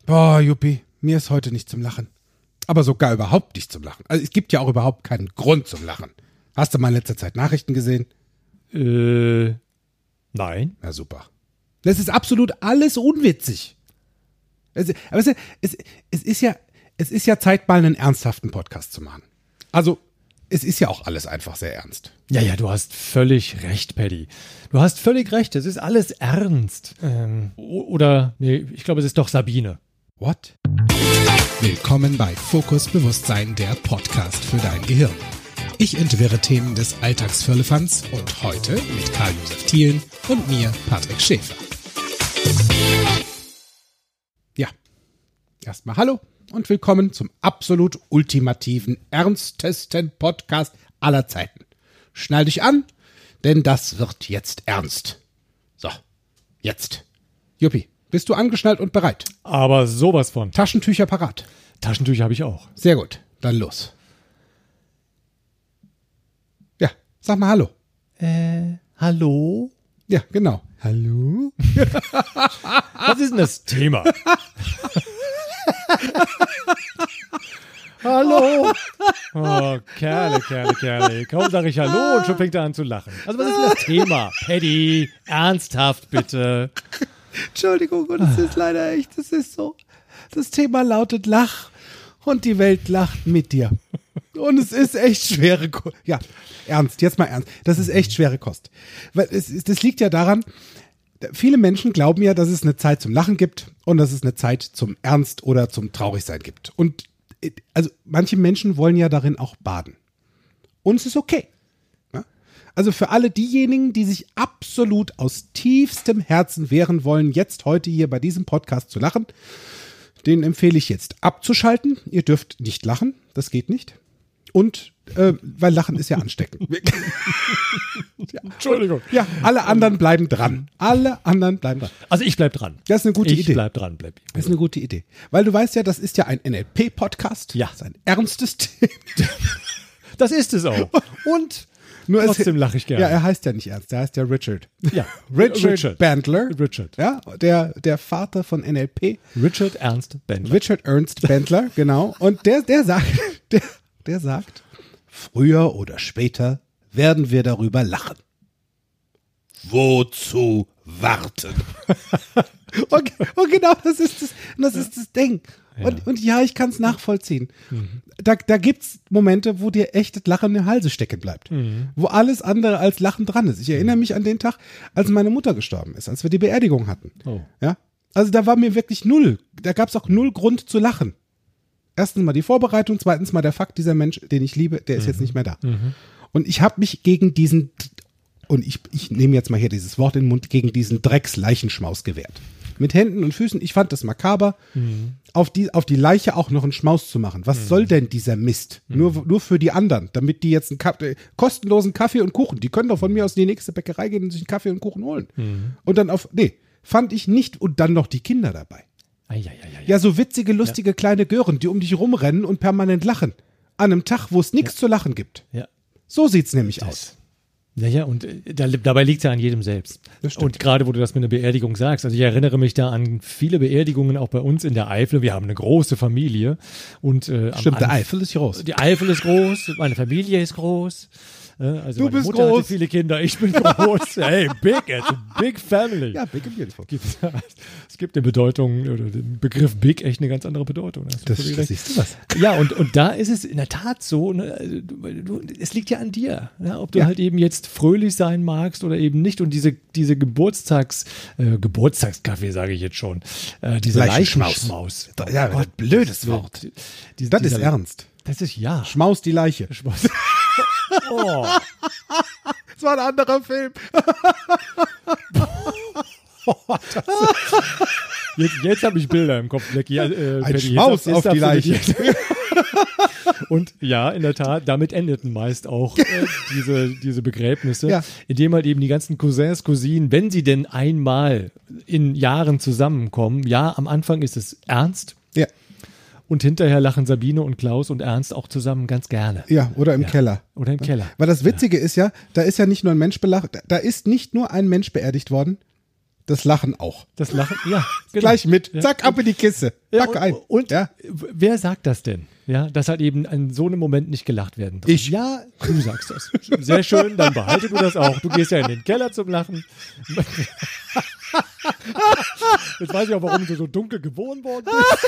Boah, Juppie, mir ist heute nicht zum Lachen. Aber sogar überhaupt nicht zum Lachen. Also es gibt ja auch überhaupt keinen Grund zum Lachen. Hast du mal in letzter Zeit Nachrichten gesehen? Nein. Na super. Das ist absolut alles unwitzig. Aber es ist ja Zeit, mal einen ernsthaften Podcast zu machen. Also, es ist ja auch alles einfach sehr ernst. Ja, du hast völlig recht, Paddy. Du hast völlig recht, es ist alles ernst. Ich glaube, es ist doch Sabine. What? Willkommen bei Fokus Bewusstsein, der Podcast für dein Gehirn. Ich entwirre Themen des Alltagsfirlefanz und heute mit Karl-Josef Thielen und mir, Patrick Schäfer. Ja, erstmal hallo und willkommen zum absolut ultimativen, ernstesten Podcast aller Zeiten. Schnall dich an, denn das wird jetzt ernst. So, jetzt. Juppie, bist du angeschnallt und bereit? Aber sowas von. Taschentücher parat? Taschentücher habe ich auch. Sehr gut, dann los. Ja, sag mal Hallo. Hallo? Ja, genau. Hallo? Was ist denn das Thema? Hallo? Oh, Kerle. Kaum sage ich Hallo und schon fängt er an zu lachen. Also was ist denn das Thema? Paddy, ernsthaft bitte. Entschuldigung, und es ist leider echt, es ist so. Das Thema lautet Lach und die Welt lacht mit dir. Und es ist echt schwere Kost. Ja, ernst, jetzt mal ernst. Das ist echt schwere Kost. Weil das liegt ja daran, viele Menschen glauben ja, dass es eine Zeit zum Lachen gibt und dass es eine Zeit zum Ernst oder zum Traurigsein gibt. Und also manche Menschen wollen ja darin auch baden. Und es ist okay. Ja? Also für alle diejenigen, die sich absolut aus tiefstem Herzen wehren wollen, jetzt heute hier bei diesem Podcast zu lachen, denen empfehle ich jetzt abzuschalten. Ihr dürft nicht lachen, das geht nicht. Und weil Lachen ist ja ansteckend. Ja. Entschuldigung. Ja, alle anderen bleiben dran. Also ich bleib dran. Das ist eine gute Idee. Ich bleib dran. Das ist eine gute Idee. Weil du weißt ja, das ist ja ein NLP-Podcast. Ja. Das ist ein ernstes Thema. Das ist es auch. Und Nur trotzdem lache ich gerne. Ja, er heißt ja nicht ernst. Der heißt ja Richard. Ja. Richard Bandler. Richard. Ja, der Vater von NLP. Richard Ernst Bandler, genau. Und der sagt, früher oder später werden wir darüber lachen. Wozu warten? und genau, das ist das Ding. Ja. Und ja, ich kann es nachvollziehen. Da gibt's Momente, wo dir echt das Lachen im Halse stecken bleibt. Wo alles andere als Lachen dran ist. Ich erinnere mich an den Tag, als meine Mutter gestorben ist, als wir die Beerdigung hatten. Oh. Ja? Also da war mir wirklich da gab's auch null Grund zu lachen. Erstens mal die Vorbereitung, zweitens mal der Fakt, dieser Mensch, den ich liebe, der ist jetzt nicht mehr da. Und ich habe mich gegen diesen, und ich nehme jetzt mal hier dieses Wort in den Mund, gegen diesen Drecksleichenschmaus gewehrt. Mit Händen und Füßen, ich fand das makaber, auf die Leiche auch noch einen Schmaus zu machen. Was soll denn dieser Mist? Nur für die anderen, damit die jetzt einen kostenlosen Kaffee und Kuchen, die können doch von mir aus in die nächste Bäckerei gehen und sich einen Kaffee und Kuchen holen. Und dann fand ich nicht, und dann noch die Kinder dabei. Ja, so witzige, lustige kleine Gören, die um dich rumrennen und permanent lachen. An einem Tag, wo es nichts zu lachen gibt. Ja. So sieht's nämlich aus. Ja, und dabei liegt es ja an jedem selbst. Und gerade, wo du das mit einer Beerdigung sagst, also ich erinnere mich da an viele Beerdigungen, auch bei uns in der Eifel. Wir haben eine große Familie. Und, stimmt, der Eifel ist groß. Die Eifel ist groß, meine Familie ist groß. Also du meine bist Mutter groß. hatte viele Kinder, ich bin groß. Hey, it's a big family. Ja, big and beautiful. Es gibt eine Bedeutung, oder den Begriff big echt eine ganz andere Bedeutung. Das siehst du was. Ja, und da ist es in der Tat so, ne, es liegt ja an dir, ja, ob du halt eben jetzt fröhlich sein magst oder eben nicht. Und diese Geburtstagskaffee, sage ich jetzt schon, diese Leichenschmaus. Ja, oh, blödes Wort. Das ist ernst. Das ist ja. Schmaus die Leiche. Schmaus. Oh. Das war ein anderer Film. Jetzt habe ich Bilder im Kopf. Ein Schmaus auf die Leiche. Und ja, in der Tat, damit endeten meist auch diese Begräbnisse, indem halt eben die ganzen Cousins, Cousinen, wenn sie denn einmal in Jahren zusammenkommen, ja, am Anfang ist es ernst. Ja. Und hinterher lachen Sabine und Klaus und Ernst auch zusammen ganz gerne. Ja, oder im Keller. Oder im Keller. Weil das Witzige ist ja, da ist ja nicht nur ein Mensch belacht, da ist nicht nur ein Mensch beerdigt worden, Das Lachen auch. Das Lachen, ja. Genau. Gleich mit. Ja. Zack, ab in die Kiste. Pack ein. Und ja. wer sagt das denn? Ja, dass halt eben in so einem Moment nicht gelacht werden darf. Ich. Ja, du sagst das. Sehr schön, dann behalte du das auch. Du gehst ja in den Keller zum Lachen. Jetzt weiß ich auch, warum du so dunkel geboren worden bist.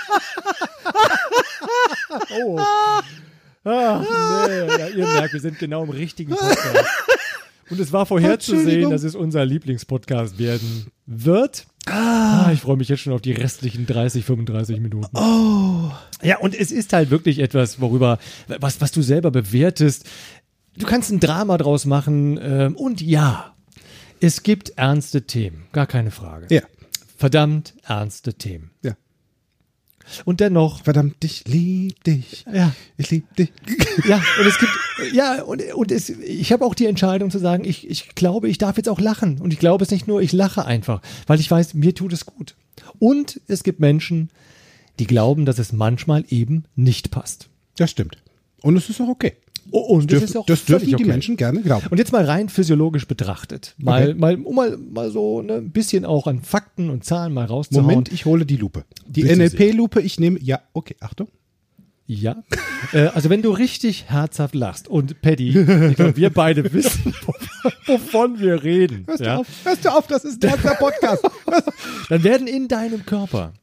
Oh. Ach, nee. Ja, ihr merkt, wir sind genau im richtigen Podcast. Und es war vorherzusehen, dass es unser Lieblingspodcast werden wird. Ich freue mich jetzt schon auf die restlichen 30, 35 Minuten. Oh. Ja, und es ist halt wirklich etwas, was du selber bewertest. Du kannst ein Drama draus machen. Und ja, es gibt ernste Themen. Gar keine Frage. Ja. Verdammt ernste Themen. Ja. Und dennoch. Verdammt, ich lieb dich. Ja. Ich lieb dich. Ja, und es gibt, ja, ich habe auch die Entscheidung zu sagen, ich glaube, ich darf jetzt auch lachen. Und ich glaube es nicht nur, ich lache einfach, weil ich weiß, mir tut es gut. Und es gibt Menschen, die glauben, dass es manchmal eben nicht passt. Das stimmt. Und es ist auch okay. Und das dürfen die Menschen gerne glauben. Und jetzt mal rein physiologisch betrachtet. Um mal so ein bisschen auch an Fakten und Zahlen mal rauszuhauen. Moment, ich hole die Lupe. Die Bitte NLP-Lupe, ich nehme, ja, okay, Achtung. Ja, also wenn du richtig herzhaft lachst und Paddy, ich glaube, wir beide wissen, wovon wir reden. Hörst du auf, das ist der Podcast. Dann werden in deinem Körper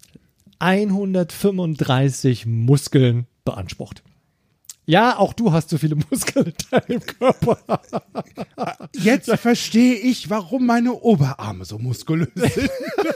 135 Muskeln beansprucht. Ja, auch du hast so viele Muskeln in deinem Körper. Jetzt verstehe ich, warum meine Oberarme so muskulös sind.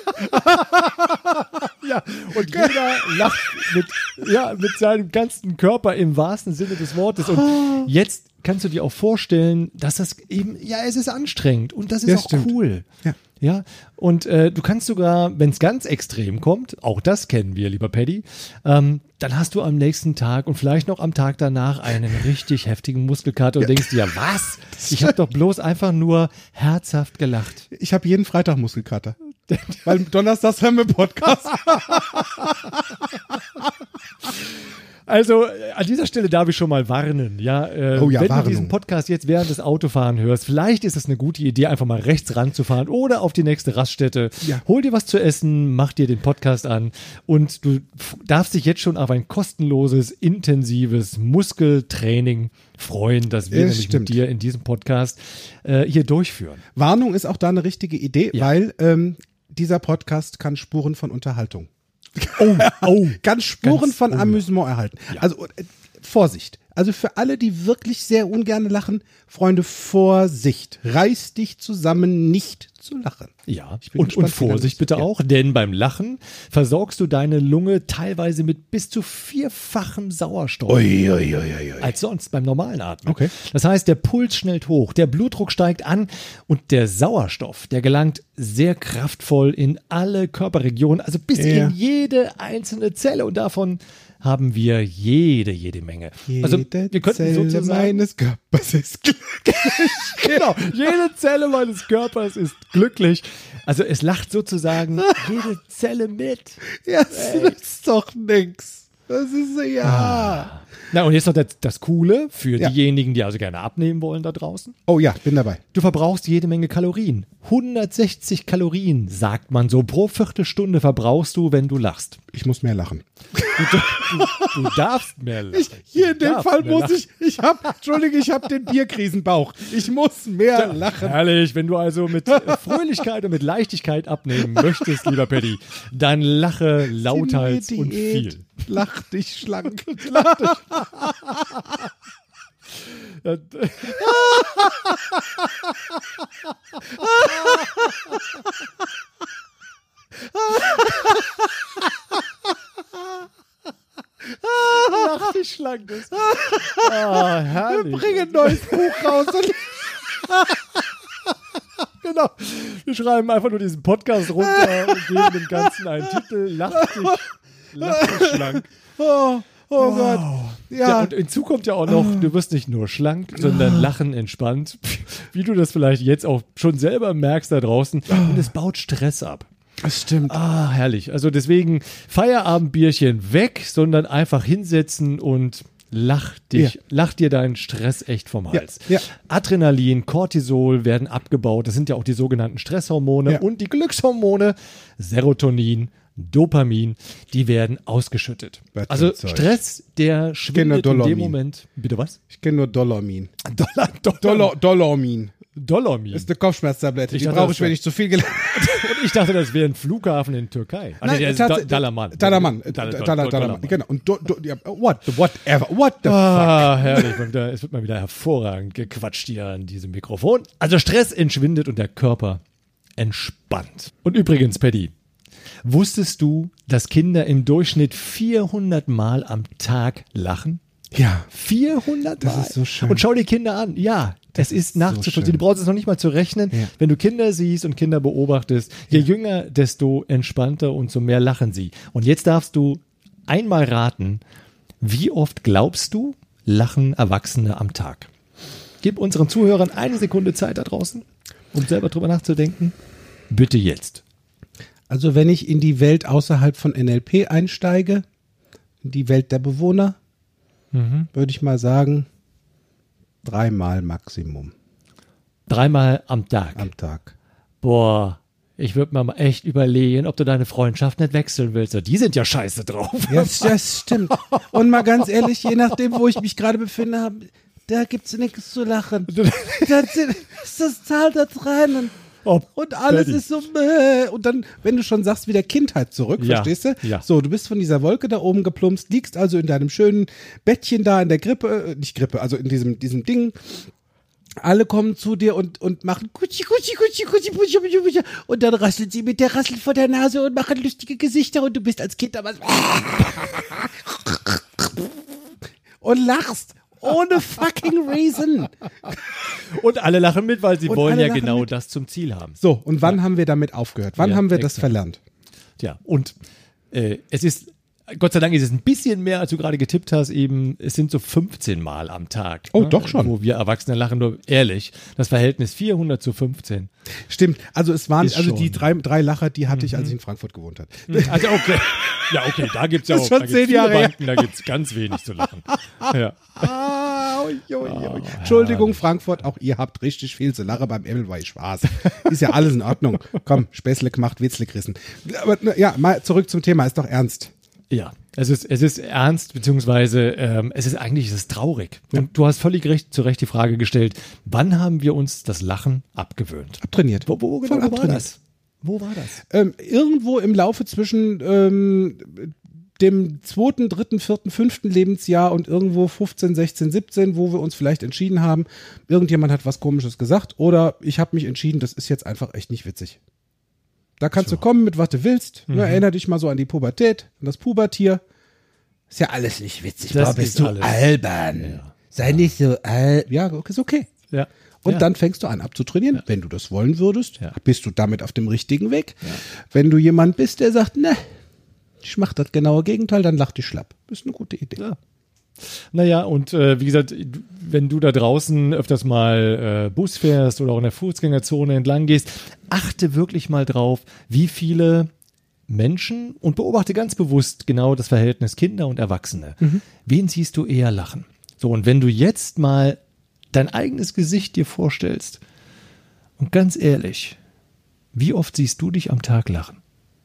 Ja, und jeder lacht mit seinem ganzen Körper im wahrsten Sinne des Wortes. Und jetzt kannst du dir auch vorstellen, dass das eben, ja, es ist anstrengend und das ist Ja, auch stimmt. cool. Ja. Ja, und du kannst sogar, wenn es ganz extrem kommt, auch das kennen wir, lieber Paddy, dann hast du am nächsten Tag und vielleicht noch am Tag danach einen richtig heftigen Muskelkater und denkst dir, was? Ich habe doch bloß einfach nur herzhaft gelacht. Ich habe jeden Freitag Muskelkater. Weil donnerstags haben wir Podcast. Also an dieser Stelle darf ich schon mal warnen, ja. Wenn Warnung. du diesen Podcast jetzt während des Autofahren hörst, vielleicht ist es eine gute Idee, einfach mal rechts ranzufahren oder auf die nächste Raststätte. Ja. Hol dir was zu essen, mach dir den Podcast an und du darfst dich jetzt schon auf ein kostenloses, intensives Muskeltraining freuen, das wir nämlich stimmt. mit dir in diesem Podcast hier durchführen. Warnung ist auch da eine richtige Idee, Ja. weil dieser Podcast kann Spuren von Unterhaltung. Oh, Kann Spuren von Amüsement erhalten. Ja. Also Vorsicht. Also für alle, die wirklich sehr ungern lachen, Freunde, Vorsicht. Reiß dich zusammen, nicht zu lachen. Ja, bin und gespannt, wie Vorsicht das- bitte ja. auch, denn beim Lachen versorgst du deine Lunge teilweise mit bis zu 4-fachem Sauerstoff. Als sonst beim normalen Atmen. Okay. Das heißt, der Puls schnellt hoch, der Blutdruck steigt an und der Sauerstoff, der gelangt sehr kraftvoll in alle Körperregionen, also bis Ja. in jede einzelne Zelle und davon haben wir jede Menge. Also wir könnten Zelle sozusagen meines Körpers ist glücklich. genau, jede Zelle meines Körpers ist glücklich. Also es lacht sozusagen jede Zelle mit. Ja, das ist doch nix. Das ist ja. Na, und jetzt noch das Coole für Ja. diejenigen, die also gerne abnehmen wollen da draußen. Oh ja, bin dabei. Du verbrauchst jede Menge Kalorien. 160 Kalorien, sagt man so. Pro Viertelstunde verbrauchst du, wenn du lachst. Ich muss mehr lachen. Du darfst mehr lachen. Hier in Du dem darfst Fall mehr muss lachen. ich habe den Bierkrisenbauch. Ich muss mehr lachen. Herrlich, wenn du also mit Fröhlichkeit und mit Leichtigkeit abnehmen möchtest, lieber Paddy, dann lache lauthals Die und Diät. viel. Lach dich schlank. Lach dich schlank. Herrlich. Bring ein neues Buch raus. Genau. Wir schreiben einfach nur diesen Podcast runter und geben dem Ganzen einen Titel. Lach dich schlank. Oh Gott. Ja, Ja. und hinzu kommt ja auch noch, du wirst nicht nur schlank, sondern lachen entspannt. Wie du das vielleicht jetzt auch schon selber merkst da draußen. Und es baut Stress ab. Das stimmt. Herrlich. Also deswegen Feierabendbierchen weg, sondern einfach hinsetzen und lach dir deinen Stress echt vom Hals. Ja. Adrenalin, Cortisol werden abgebaut. Das sind ja auch die sogenannten Stresshormone und die Glückshormone, Serotonin, Dopamin, die werden ausgeschüttet. Also Stress, der schwindet in dem Moment. Bitte was? Ich kenne nur Dolomin. Dolomin. Das ist eine Kopfschmerztablette. Die brauche ich, wenn ich zu viel gelernt habe. Und ich dachte, das wäre ein Flughafen in Türkei. Dalaman. Genau. Und whatever. What the fuck? Herrlich. Es wird mal wieder hervorragend gequatscht hier an diesem Mikrofon. Also Stress entschwindet und der Körper entspannt. Und übrigens, Paddy, wusstest du, dass Kinder im Durchschnitt 400 Mal am Tag lachen? Ja. 400 Mal. Das ist so schön. Und schau dir Kinder an. Ja, es ist nachzuvollziehen. Du brauchst es noch nicht mal zu rechnen. Ja. Wenn du Kinder siehst und Kinder beobachtest, je jünger, desto entspannter und so mehr lachen sie. Und jetzt darfst du einmal raten, wie oft glaubst du, lachen Erwachsene am Tag? Gib unseren Zuhörern eine Sekunde Zeit da draußen, um selber drüber nachzudenken. Bitte jetzt. Also wenn ich in die Welt außerhalb von NLP einsteige, in die Welt der Bewohner, würde ich mal sagen, 3 Mal Maximum. 3 Mal am Tag? Am Tag. Boah, ich würde mal echt überlegen, ob du deine Freundschaft nicht wechseln willst. Die sind ja scheiße drauf. Ja, das stimmt. Und mal ganz ehrlich, je nachdem, wo ich mich gerade befinde, da gibt es nichts zu lachen. Das zahlt da rein und alles ist so und dann, wenn du schon sagst, wieder Kindheit zurück, verstehst du? Ja. So, du bist von dieser Wolke da oben geplumpst, liegst also in deinem schönen Bettchen da in der also in diesem Ding. Alle kommen zu dir und machen Kutschi, und dann rasseln sie mit der Rassel vor der Nase und machen lustige Gesichter und du bist als Kind aber und lachst. Ohne fucking reason. Und alle lachen mit, weil sie wollen ja genau das zum Ziel haben. So, und wann haben wir damit aufgehört? Wann haben wir das verlernt? Tja, und es ist, Gott sei Dank ist es ein bisschen mehr, als du gerade getippt hast, eben, es sind so 15 Mal am Tag. Oh, doch schon. Wo wir Erwachsene lachen, nur ehrlich, das Verhältnis 400 zu 15. Stimmt, also es waren, die drei Lacher, die hatte ich, als ich in Frankfurt gewohnt habe. Also okay. Ja, okay, da gibt es ja auch schon 10 Jahre Banken, da gibt es ganz wenig zu lachen. Ja. Entschuldigung, Frankfurt, auch ihr habt richtig viel zu lachen beim Emmelweih Spaß. Ist ja alles in Ordnung. Komm, Späßle gemacht, Witzle gerissen. Aber ja, mal zurück zum Thema, ist doch ernst. Ja, es ist ernst, beziehungsweise es ist traurig. Und du hast völlig zu Recht die Frage gestellt, wann haben wir uns das Lachen abgewöhnt? Abtrainiert. Wo war das? Wo war das? Irgendwo im Laufe zwischen dem 2., 3., 4., 5. Lebensjahr und irgendwo 15, 16, 17, wo wir uns vielleicht entschieden haben, irgendjemand hat was Komisches gesagt oder ich habe mich entschieden, das ist jetzt einfach echt nicht witzig. Da kannst du kommen mit was du willst. Mhm. Erinner dich mal so an die Pubertät, an das Pubertier. Ist ja alles nicht witzig. Das bist du albern. Ja. Sei nicht so albern. Ja, ist okay. Ja. Und dann fängst du an abzutrainieren. Ja. Wenn du das wollen würdest, bist du damit auf dem richtigen Weg. Ja. Wenn du jemand bist, der sagt, ne, ich mach das genaue Gegenteil, dann lach dich schlapp. Das ist eine gute Idee. Ja. Naja, und wie gesagt, wenn du da draußen öfters mal Bus fährst oder auch in der Fußgängerzone entlang gehst, achte wirklich mal drauf, wie viele Menschen und beobachte ganz bewusst genau das Verhältnis Kinder und Erwachsene. Mhm. Wen siehst du eher lachen? So, und wenn du jetzt mal dein eigenes Gesicht dir vorstellst und ganz ehrlich, wie oft siehst du dich am Tag lachen?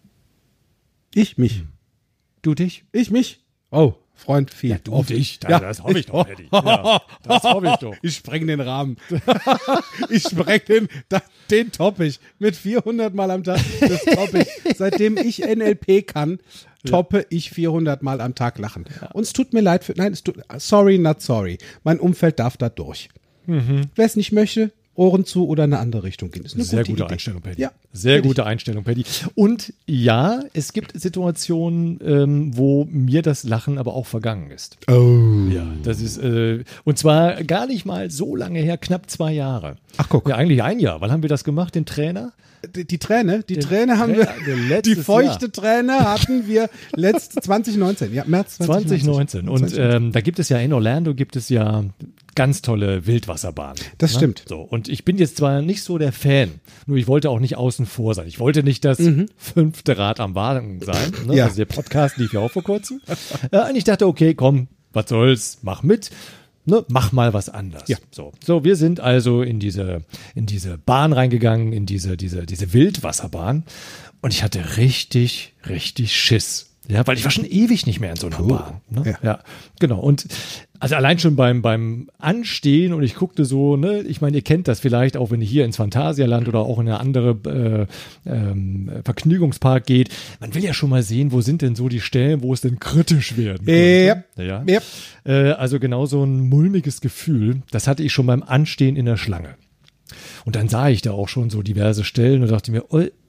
Ich mich. Du dich? Ich mich. Oh, Freund, viel. Ja, du dich. Das hoffe ich doch, Eddie. Ja, das hoffe ich doch. Ich spreng den Rahmen. Ich spreng den topp ich. Mit 400 Mal am Tag. Das topp ich. Seitdem ich NLP kann, toppe ich 400 Mal am Tag lachen. Ja. Und es tut mir leid sorry, not sorry. Mein Umfeld darf da durch. Mhm. Wer es nicht möchte, Ohren zu oder in eine andere Richtung gehen. Das ist eine sehr gute Einstellung, Paddy. Ja, sehr gute Einstellung, Paddy. Und ja, es gibt Situationen, wo mir das Lachen aber auch vergangen ist. Oh. Ja, das ist, und zwar gar nicht mal so lange her, knapp 2 Jahre. Ach, guck. Ja, eigentlich 1 Jahr. Wann haben wir das gemacht, den Trainer? Die Träne haben wir, die feuchte Träne hatten wir 2019, ja, März 2019. Und da gibt es ja in Orlando ganz tolle Wildwasserbahnen. Das stimmt. So, und ich bin jetzt zwar nicht so der Fan, nur ich wollte auch nicht außen vor sein. Ich wollte nicht das 5. Rad am Wagen sein. Ne? Ja. Also der Podcast lief ja auch vor kurzem. Und ich dachte, okay, komm, was soll's, mach mit. Ne, mach mal was anders. Ja. So, wir sind also in diese Bahn reingegangen, in diese Wildwasserbahn. Und ich hatte richtig, richtig Schiss. Ja, weil ich war schon ewig nicht mehr in so einer Bahn. Ne? Ja, genau. Und also allein schon beim Anstehen und ich guckte so, ne, ich meine, ihr kennt das vielleicht, auch wenn ihr hier ins Phantasialand oder auch in eine andere Vergnügungspark geht. Man will ja schon mal sehen, wo sind denn so die Stellen, wo es denn kritisch werden könnte. Ja. Also genau so ein mulmiges Gefühl, das hatte ich schon beim Anstehen in der Schlange. Und dann sah ich da auch schon so diverse Stellen und dachte mir, oi.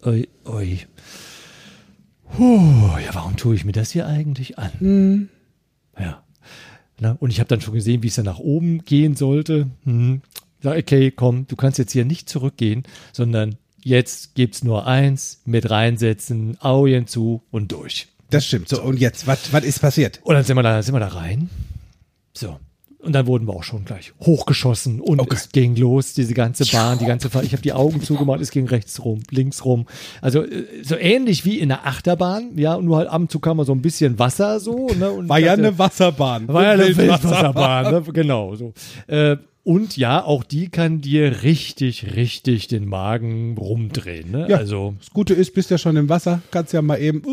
Ja, warum tue ich mir das hier eigentlich an? Ja. Na, und ich habe dann schon gesehen, wie es dann nach oben gehen sollte. Sag, okay, komm, du kannst jetzt hier nicht zurückgehen, sondern jetzt gibt's nur eins, mit reinsetzen, Augen zu und durch. Das stimmt. So, und jetzt, was ist passiert? Und dann sind wir da rein. So. Und dann wurden wir auch schon gleich hochgeschossen und es ging los, diese ganze Bahn, die ganze Fahrt. Ich habe die Augen zugemacht, es ging rechts rum, links rum. Also so ähnlich wie in der Achterbahn, ja, nur halt ab und zu kam mal so ein bisschen Wasser so. Ne, und war ja eine Wasserbahn. War ja eine Wildwasserbahn, ne, genau so. Und ja, auch die kann dir richtig, richtig den Magen rumdrehen. Ne? Ja, also das Gute ist, bist ja schon im Wasser, kannst ja mal eben...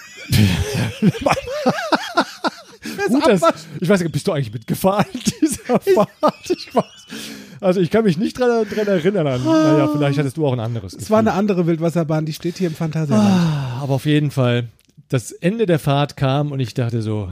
Gut, ich weiß nicht, bist du eigentlich mitgefahren in dieser Fahrt? Also ich kann mich nicht dran erinnern. Naja, vielleicht hattest du auch ein anderes Gefühl. Es war eine andere Wildwasserbahn, die steht hier im Phantasialand. Aber auf jeden Fall, das Ende der Fahrt kam und ich dachte so,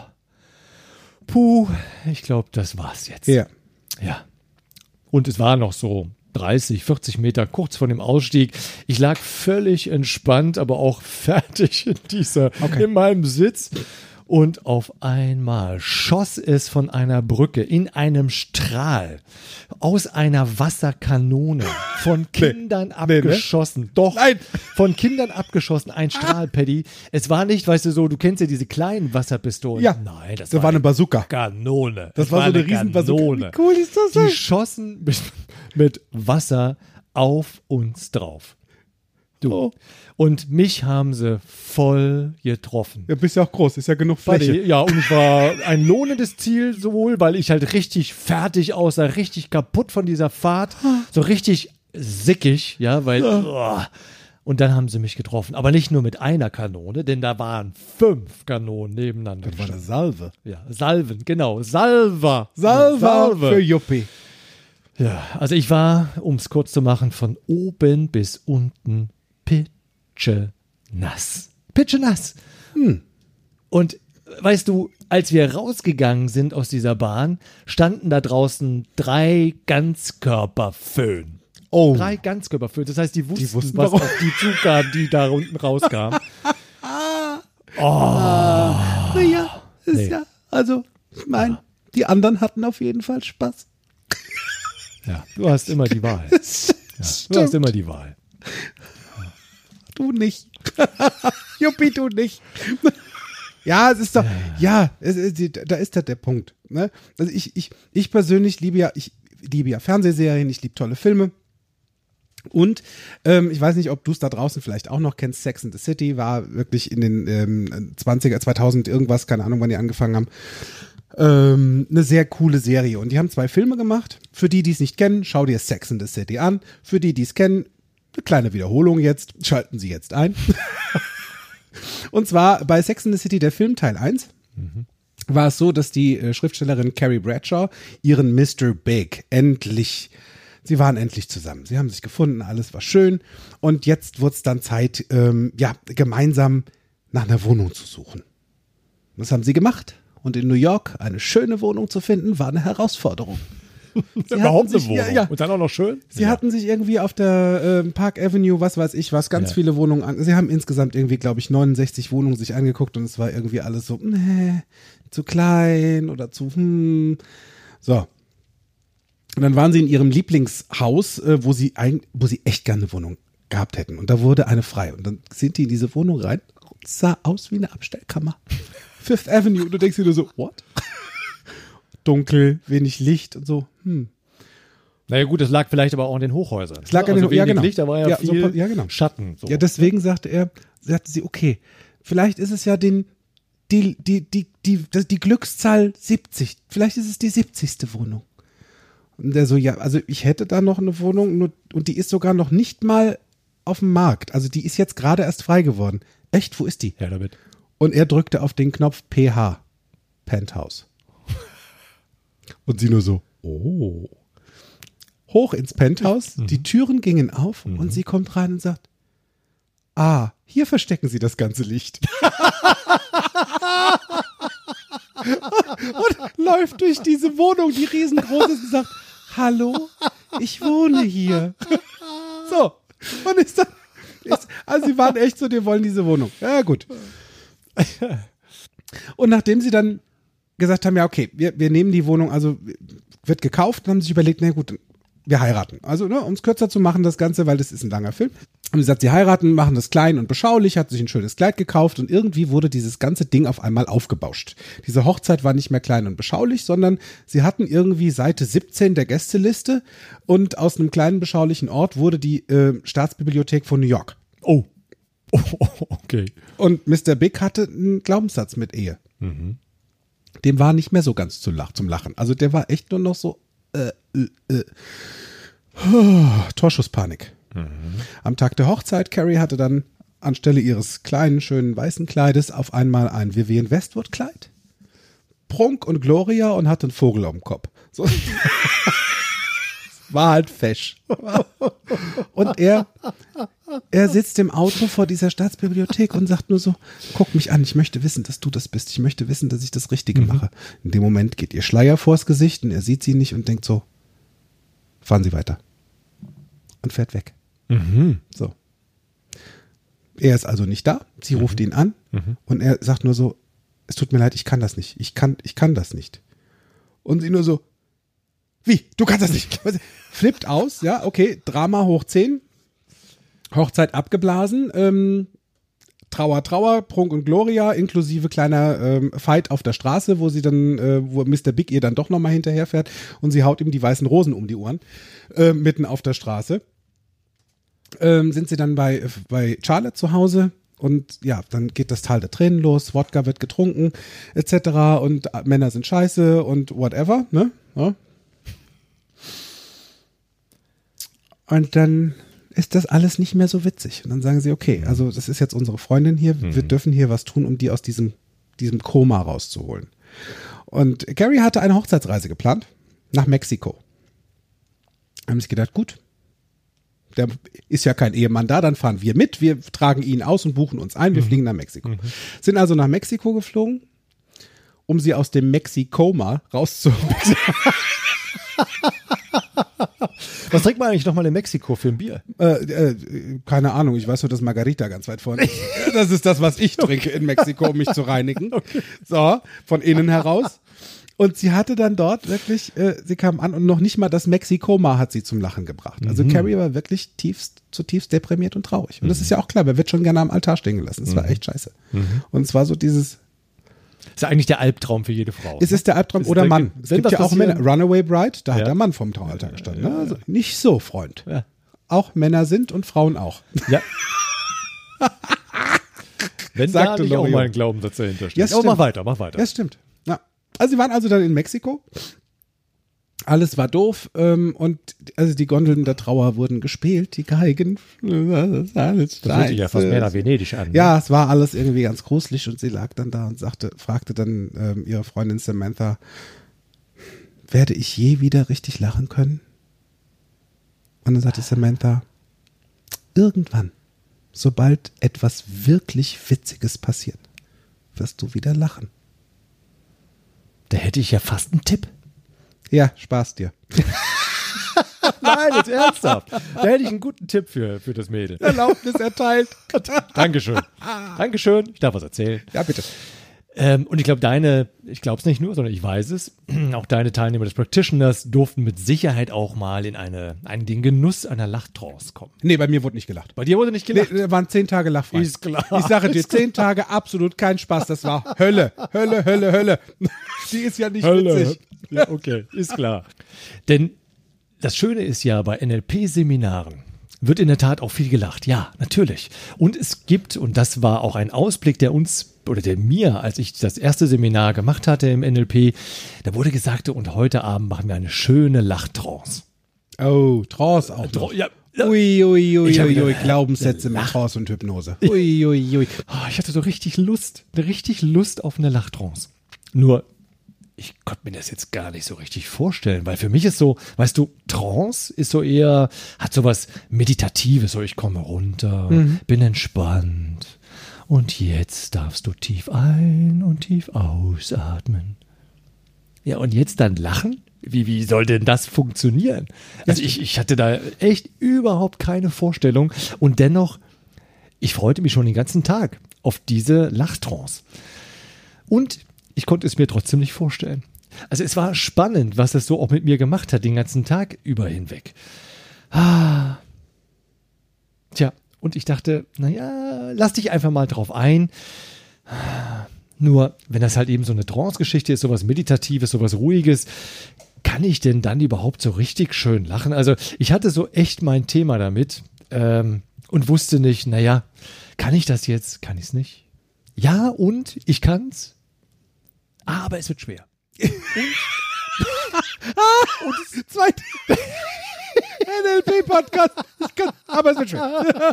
ich glaube, das war's jetzt. Ja. Und es war noch so 30, 40 Meter kurz vor dem Ausstieg. Ich lag völlig entspannt, aber auch fertig in meinem Sitz. Und auf einmal schoss es von einer Brücke in einem Strahl aus einer Wasserkanone von Kindern abgeschossen. Ne? Doch, nein. Von Kindern abgeschossen, ein Strahl, Paddy. Es war nicht, weißt du so, du kennst ja diese kleinen Wasserpistolen. Ja, nein, das war eine Bazooka. Kanone. Das war so eine riesen Bazooka. Wie cool ist das denn? Die schossen mit Wasser auf uns drauf. Du. Und mich haben sie voll getroffen. Ja, bist ja auch groß, ist ja genug Fläche. Ja, und ich war ein lohnendes Ziel sowohl, weil ich halt richtig fertig aussah, richtig kaputt von dieser Fahrt, so richtig sickig, ja, weil... Und dann haben sie mich getroffen. Aber nicht nur mit einer Kanone, denn da waren 5 Kanonen nebeneinander. Das war eine Salve. Ja, Salven, genau. Salve für Juppie. Ja, also ich war, um es kurz zu machen, von oben bis unten pitschenass. Pitschenass. Und weißt du, als wir rausgegangen sind aus dieser Bahn, standen da draußen 3 Ganzkörperföhn. 3 Ganzkörperföhn. Das heißt, die wussten was auf die zukam, die da unten rauskam. Naja, ist ja, also, ich meine, die anderen hatten auf jeden Fall Spaß. Ja, du hast immer die Wahl. Du hast immer die Wahl. Du nicht. Juppie, du nicht. Ja, es ist doch, da ist das der Punkt. Ne? Also ich persönlich liebe ja Fernsehserien, ich liebe tolle Filme. Und ich weiß nicht, ob du es da draußen vielleicht auch noch kennst, Sex and the City war wirklich in den 20er, 2000 irgendwas, keine Ahnung, wann die angefangen haben. Eine sehr coole Serie. Und die haben 2 Filme gemacht. Für die es nicht kennen, schau dir Sex and the City an. Für die es kennen, eine kleine Wiederholung jetzt. Schalten Sie jetzt ein. Und zwar bei Sex and the City, der Film Teil 1, war es so, dass die Schriftstellerin Carrie Bradshaw ihren Mr. Big sie waren endlich zusammen. Sie haben sich gefunden, alles war schön. Und jetzt wurde es dann Zeit, gemeinsam nach einer Wohnung zu suchen. Das haben sie gemacht. Und in New York eine schöne Wohnung zu finden, war eine Herausforderung. Überhaupt eine Wohnung. Ja. Und dann auch noch schön? Sie hatten sich irgendwie auf der Park Avenue, was weiß ich was, ganz viele Wohnungen an. Sie haben insgesamt irgendwie, glaube ich, 69 Wohnungen sich angeguckt und es war irgendwie alles so, zu klein oder zu, So. Und dann waren sie in ihrem Lieblingshaus, wo sie echt gerne eine Wohnung gehabt hätten. Und da wurde eine frei. Und dann sind die in diese Wohnung rein. Es sah aus wie eine Abstellkammer. Fifth Avenue. Und du denkst dir nur so, what? Dunkel, wenig Licht und so. Naja gut, das lag vielleicht aber auch an den Hochhäusern. Es lag an den Hochhäusern. Licht, da war ja viel genau. Schatten. So. Ja, deswegen sagte sie, okay, vielleicht ist es ja den die Glückszahl 70. Vielleicht ist es die 70. Wohnung. Und der so, ja, also ich hätte da noch eine Wohnung und die ist sogar noch nicht mal auf dem Markt. Also die ist jetzt gerade erst frei geworden. Echt, wo ist die? Ja, damit. Und er drückte auf den Knopf PH. Penthouse. Und sie nur so, oh. Hoch ins Penthouse, die Türen gingen auf und sie kommt rein und sagt, hier verstecken sie das ganze Licht. Und läuft durch diese Wohnung, die riesengroß ist und sagt, hallo, ich wohne hier. So, und ist dann, also sie waren echt so, die wollen diese Wohnung. Ja, gut. Und nachdem sie dann gesagt haben, ja, okay, wir nehmen die Wohnung, also wird gekauft, dann haben sie sich überlegt, na gut, wir heiraten. Also, um es kürzer zu machen, das Ganze, weil das ist ein langer Film. Haben sie gesagt, sie heiraten, machen das klein und beschaulich, hat sich ein schönes Kleid gekauft und irgendwie wurde dieses ganze Ding auf einmal aufgebauscht. Diese Hochzeit war nicht mehr klein und beschaulich, sondern sie hatten irgendwie Seite 17 der Gästeliste und aus einem kleinen beschaulichen Ort wurde die Staatsbibliothek von New York. Oh, okay. Und Mr. Big hatte einen Glaubenssatz mit Ehe. Mhm. Dem war nicht mehr so ganz zum Lachen. Also der war echt nur noch so Torschusspanik. Am Tag der Hochzeit, Carrie hatte dann anstelle ihres kleinen, schönen weißen Kleides auf einmal ein Vivienne Westwood Kleid, Prunk und Gloria und hatte einen Vogel auf dem Kopf. So. War halt fesch. Und er sitzt im Auto vor dieser Staatsbibliothek und sagt nur so, guck mich an, ich möchte wissen, dass du das bist. Ich möchte wissen, dass ich das Richtige mache. In dem Moment geht ihr Schleier vors Gesicht und er sieht sie nicht und denkt so, fahren Sie weiter. Und fährt weg. So. Er ist also nicht da. Sie ruft ihn an und er sagt nur so, es tut mir leid, ich kann das nicht. Ich kann das nicht. Und sie nur so, wie? Du kannst das nicht. Flippt aus, ja, okay, Drama hoch 10. Hochzeit abgeblasen. Trauer, Prunk und Gloria, inklusive kleiner Fight auf der Straße, wo sie dann, wo Mr. Big ihr dann doch nochmal hinterherfährt und sie haut ihm die weißen Rosen um die Ohren, mitten auf der Straße. Sind sie dann bei Charlotte zu Hause und ja, dann geht das Tal der Tränen los, Wodka wird getrunken, etc. und Männer sind scheiße und whatever, ne? Ja. Und dann ist das alles nicht mehr so witzig. Und dann sagen sie, okay, also das ist jetzt unsere Freundin hier, wir dürfen hier was tun, um die aus diesem Koma rauszuholen. Und Carrie hatte eine Hochzeitsreise geplant nach Mexiko. Haben sich gedacht, gut, der ist ja kein Ehemann da, dann fahren wir mit, wir tragen ihn aus und buchen uns ein, wir fliegen nach Mexiko. Sind also nach Mexiko geflogen, um sie aus dem Mexikoma rauszuholen. Was trinkt man eigentlich nochmal in Mexiko für ein Bier? Keine Ahnung, ich weiß nur, dass Margarita ganz weit vorne ist. Das ist das, was ich trinke in Mexiko, um mich zu reinigen. Okay. So, von innen heraus. Und sie hatte dann dort wirklich, sie kam an und noch nicht mal das Mexikoma hat sie zum Lachen gebracht. Also Carrie war wirklich zutiefst deprimiert und traurig. Und das ist ja auch klar, wer wird schon gerne am Altar stehen gelassen. Das war echt scheiße. Und es war so dieses... Das ist eigentlich der Albtraum für jede Frau. Es ist der Albtraum oder Mann. Es gibt ja auch Männer. Runaway Bride, da hat der Mann vom Altar gestanden. Ne? Also nicht so, Freund. Ja. Auch Männer sind und Frauen auch. Ja. Wenn da nicht auch mal ein Glaubenssatz dahinter steht. Ja, mach weiter. Ja, stimmt. Ja. Also sie waren also dann in Mexiko. Alles war doof und also die Gondeln der Trauer wurden gespielt, die Geigen. Das hört sich ja fast mehr nach Venedig an. Ne? Ja, es war alles irgendwie ganz gruselig und sie lag dann da und fragte dann ihre Freundin Samantha, werde ich je wieder richtig lachen können? Und dann sagte Samantha, irgendwann, sobald etwas wirklich Witziges passiert, wirst du wieder lachen. Da hätte ich ja fast einen Tipp. Ja, Spaß dir. Nein, jetzt ernsthaft. Da hätte ich einen guten Tipp für das Mädel. Erlaubnis erteilt. Dankeschön. Dankeschön. Ich darf was erzählen. Ja, bitte. Und ich glaube, ich glaube es nicht nur, sondern ich weiß es, auch deine Teilnehmer des Practitioners durften mit Sicherheit auch mal in den Genuss einer Lachtrance kommen. Nee, bei mir wurde nicht gelacht. Bei dir wurde nicht gelacht? Nee, da waren 10 Tage lachfrei. Ist klar. Ich sage dir, 10 Tage absolut kein Spaß. Das war Hölle. Die ist ja nicht witzig. Ja, okay, ist klar. Denn das Schöne ist ja bei NLP-Seminaren, wird in der Tat auch viel gelacht. Ja, natürlich. Und es gibt, und das war auch ein Ausblick, der mir, als ich das erste Seminar gemacht hatte im NLP, da wurde gesagt, und heute Abend machen wir eine schöne Lachtrance. Oh, Trance auch noch. Ja. Ui, Glaubenssätze mit Trance und Hypnose. Ui. Ich hatte so richtig Lust auf eine Lachtrance. Nur, ich konnte mir das jetzt gar nicht so richtig vorstellen, weil für mich ist so, weißt du, Trance ist so eher, hat so was Meditatives, so ich komme runter, bin entspannt und jetzt darfst du tief ein- und tief ausatmen. Ja, und jetzt dann lachen? Wie soll denn das funktionieren? Also ich hatte da echt überhaupt keine Vorstellung und dennoch, ich freute mich schon den ganzen Tag auf diese Lachtrance. Und ich konnte es mir trotzdem nicht vorstellen. Also es war spannend, was es so auch mit mir gemacht hat, den ganzen Tag über hinweg. Tja, und ich dachte, naja, lass dich einfach mal drauf ein. Nur, wenn das halt eben so eine Trance-Geschichte ist, sowas Meditatives, sowas Ruhiges, kann ich denn dann überhaupt so richtig schön lachen? Also ich hatte so echt mein Thema damit und wusste nicht, naja, kann ich das jetzt? Kann ich es nicht? Ja, und ich kann's, aber es wird schwer. Und das zweite NLP-Podcast, aber es wird schwer.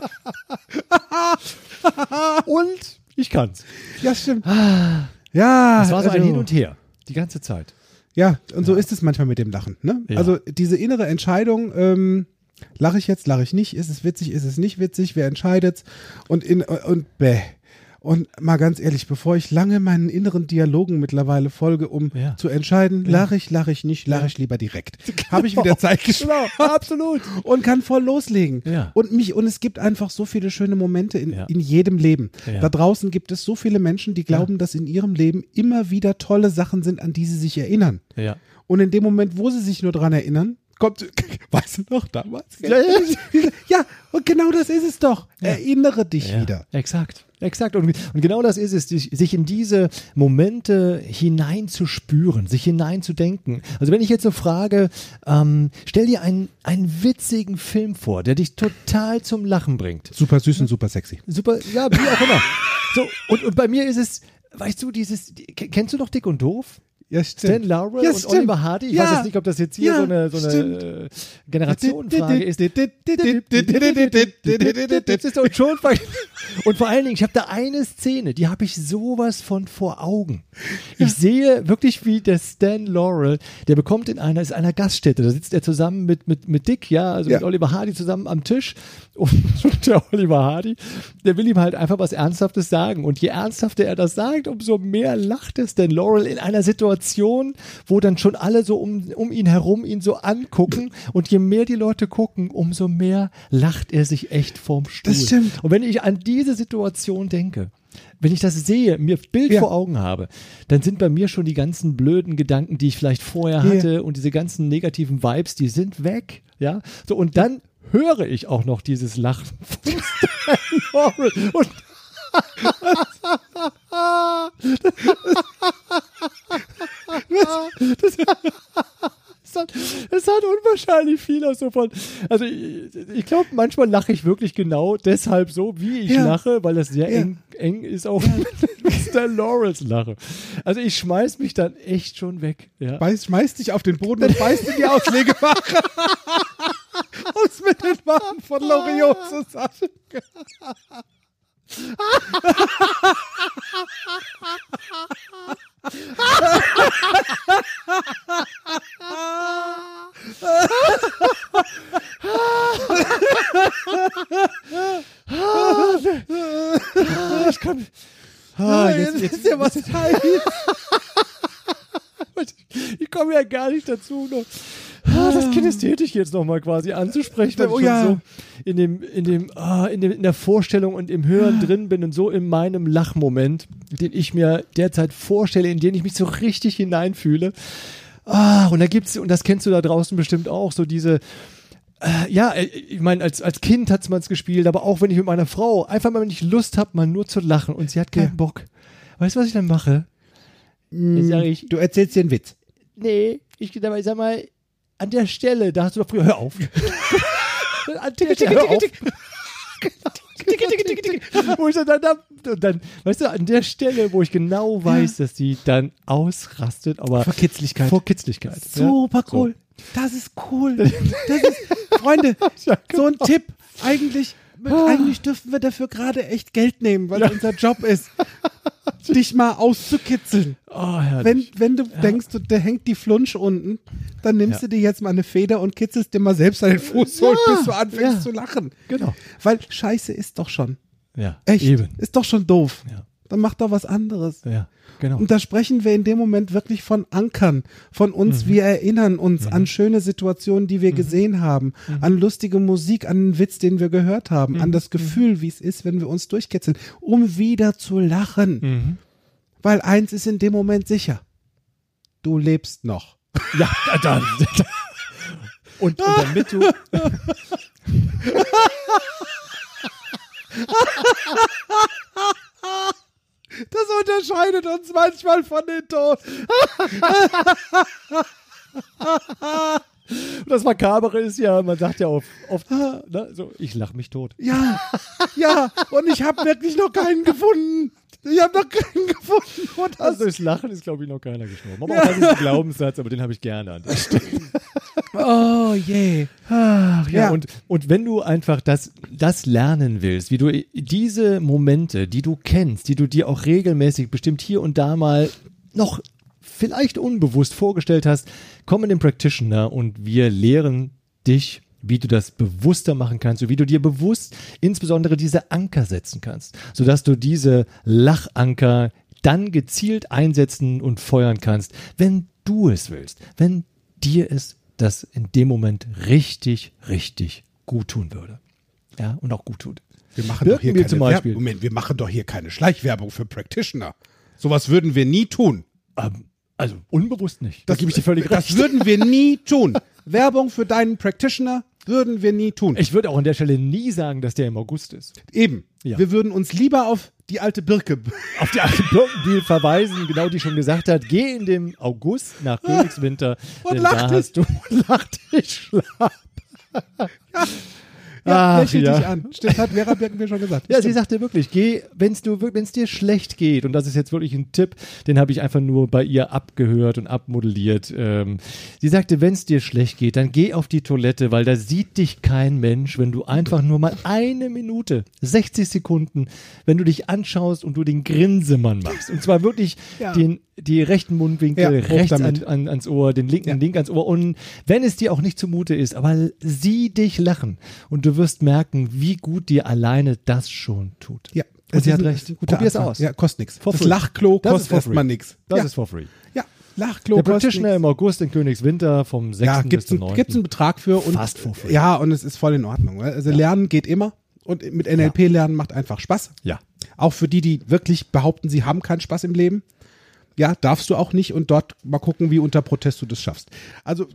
Und ich kann's. Ja, stimmt. Ja. Es war so ein Hin und Her, die ganze Zeit. Ja, und so ist es manchmal mit dem Lachen. Ne? Ja. Also diese innere Entscheidung, lache ich jetzt, lache ich nicht, ist es witzig, ist es nicht witzig, wer entscheidet's? Und mal ganz ehrlich, bevor ich lange meinen inneren Dialogen mittlerweile folge, um zu entscheiden, lache ich nicht, lache ich lieber direkt. Habe ich wieder Zeit gespart. Genau, absolut. Und kann voll loslegen. Ja. Und es gibt einfach so viele schöne Momente in jedem Leben. Ja. Da draußen gibt es so viele Menschen, die glauben, dass in ihrem Leben immer wieder tolle Sachen sind, an die sie sich erinnern. Ja. Und in dem Moment, wo sie sich nur dran erinnern, kommt, weißt du noch, damals? Ja, und genau das ist es doch. Ja. Erinnere dich wieder. Exakt. Und genau das ist es, sich in diese Momente hineinzuspüren, sich hineinzudenken. Also wenn ich jetzt so frage, stell dir einen witzigen Film vor, der dich total zum Lachen bringt. Super süß und super sexy. Super, ja, wie auch immer. So, und bei mir ist es, weißt du, kennst du noch Dick und Doof? Ja, Stan Laurel und Oliver Hardy. Ich weiß jetzt nicht, ob das jetzt hier so eine Generationenfrage ist. Und vor allen Dingen, ich habe da eine Szene, die habe ich sowas von vor Augen. Ich sehe wirklich, wie der Stan Laurel, der bekommt ist einer Gaststätte, da sitzt er zusammen mit Dick, mit Oliver Hardy zusammen am Tisch und der Oliver Hardy, der will ihm halt einfach was Ernsthaftes sagen und je ernsthafter er das sagt, umso mehr lacht der Stan Laurel in einer Situation, wo dann schon alle so um ihn herum ihn so angucken und je mehr die Leute gucken, umso mehr lacht er sich echt vorm Stuhl. Das stimmt. Und wenn ich an diese Situation denke, wenn ich das sehe, mir Bild vor Augen habe, dann sind bei mir schon die ganzen blöden Gedanken, die ich vielleicht vorher hatte und diese ganzen negativen Vibes, die sind weg, ja. So, und dann höre ich auch noch dieses Lachen von Stan Laurel und es hat unwahrscheinlich viel aus so von. Also ich glaube, manchmal lache ich wirklich genau deshalb so, wie ich lache, weil das sehr eng ist auch mit Stan Laurels Lache. Also ich schmeiß mich dann echt schon weg. Ja. Schmeiß dich auf den Boden und beißt in die Auslegemache. Aus mit den Waren von Loriot zusammen. Ich kann. Jetzt ist ja was heiß. Ich komme ja gar nicht dazu noch. Das Kinästhetik jetzt nochmal quasi anzusprechen, weil ich schon so in der Vorstellung und im Hören drin bin und so in meinem Lachmoment, den ich mir derzeit vorstelle, in den ich mich so richtig hineinfühle. Und da gibt's, und das kennst du da draußen bestimmt auch, so diese, ich meine, als Kind hat's man's gespielt, aber auch wenn ich mit meiner Frau einfach mal, wenn ich Lust habe, mal nur zu lachen und sie hat keinen Bock. Weißt du, was ich dann mache? Dann sag ich, du erzählst dir einen Witz. Nee, ich sag mal, an der Stelle, da hast du doch früher, hör auf. Wo ich dann, weißt du, an der Stelle, wo ich genau weiß, dass die dann ausrastet, aber vor Kitzligkeit. Super cool. So. Das ist cool. Das ist, Freunde, so ein Tipp. Eigentlich dürfen wir dafür gerade echt Geld nehmen, weil unser Job ist, dich mal auszukitzeln. Oh, wenn du denkst, da hängt die Flunsch unten, dann nimmst du dir jetzt mal eine Feder und kitzelst dir mal selbst an den Fuß so, bis du anfängst zu lachen. Genau. Weil Scheiße ist doch schon. Ja, echt. Eben. Ist doch schon doof. Ja. Dann mach doch was anderes. Ja, genau. Und da sprechen wir in dem Moment wirklich von Ankern, von uns. Wir erinnern uns an schöne Situationen, die wir gesehen haben, an lustige Musik, an einen Witz, den wir gehört haben, an das Gefühl, wie es ist, wenn wir uns durchkitzeln, um wieder zu lachen. Weil eins ist in dem Moment sicher. Du lebst noch. Ja, dann. Und damit du... Das unterscheidet uns manchmal von den Toten. Das Makabere ist ja, man sagt ja oft ne, so, ich lache mich tot. Ja, und ich habe wirklich noch keinen gefunden. Und also durchs Lachen ist, glaube ich, noch keiner gestorben. Aber auch das ist ein Glaubenssatz, aber den habe ich gerne an der Stelle. Oh je. Ach, ja. Und wenn du einfach das lernen willst, wie du diese Momente, die du kennst, die du dir auch regelmäßig bestimmt hier und da mal noch vielleicht unbewusst vorgestellt hast, komm in den Practitioner und wir lehren dich, wie du das bewusster machen kannst, so wie du dir bewusst insbesondere diese Anker setzen kannst, sodass du diese Lachanker dann gezielt einsetzen und feuern kannst, wenn du es willst, wenn dir es das in dem Moment richtig, richtig gut tun würde. Ja, und auch gut tut. Wir machen doch hier wir machen doch hier keine Schleichwerbung für Practitioner. Sowas würden wir nie tun. Also unbewusst nicht. Da gebe ich dir völlig recht. Das würden wir nie tun. Werbung für deinen Practitioner würden wir nie tun. Ich würde auch an der Stelle nie sagen, dass der im August ist. Eben. Ja. Wir würden uns lieber auf die alte Birke verweisen, genau die schon gesagt hat, geh in dem August nach Königswinter, und denn lach da dich. hast du lach dich schlapp. Lächel dich an. Stimmt, hat Vera Birkenbier schon gesagt. Ja, sie sagte wirklich, geh, wenn es dir schlecht geht, und das ist jetzt wirklich ein Tipp, den habe ich einfach nur bei ihr abgehört und abmodelliert. Sie sagte, wenn es dir schlecht geht, dann geh auf die Toilette, weil da sieht dich kein Mensch, wenn du einfach nur mal 1 Minute, 60 Sekunden, wenn du dich anschaust und du den Grinsemann machst. Und zwar wirklich die rechten Mundwinkel rechts ans Ohr, den linken link ans Ohr. Und wenn es dir auch nicht zumute ist, aber sieh dich lachen. Und du wirst merken, wie gut dir alleine das schon tut. Ja. Und sie hat recht. Probier es aus. Ja, kostet nichts. Das Lachklo kostet erstmal nichts. Das ist for free. Ja, Lachklo der kostet Practitioner im August in Königswinter vom 6. bis zum 9. Gibt es einen Betrag für. Und fast for free. Ja, und es ist voll in Ordnung. Also Lernen geht immer. Und mit NLP lernen macht einfach Spaß. Ja. Auch für die wirklich behaupten, sie haben keinen Spaß im Leben. Ja, darfst du auch nicht, und dort mal gucken, wie unter Protest du das schaffst. Also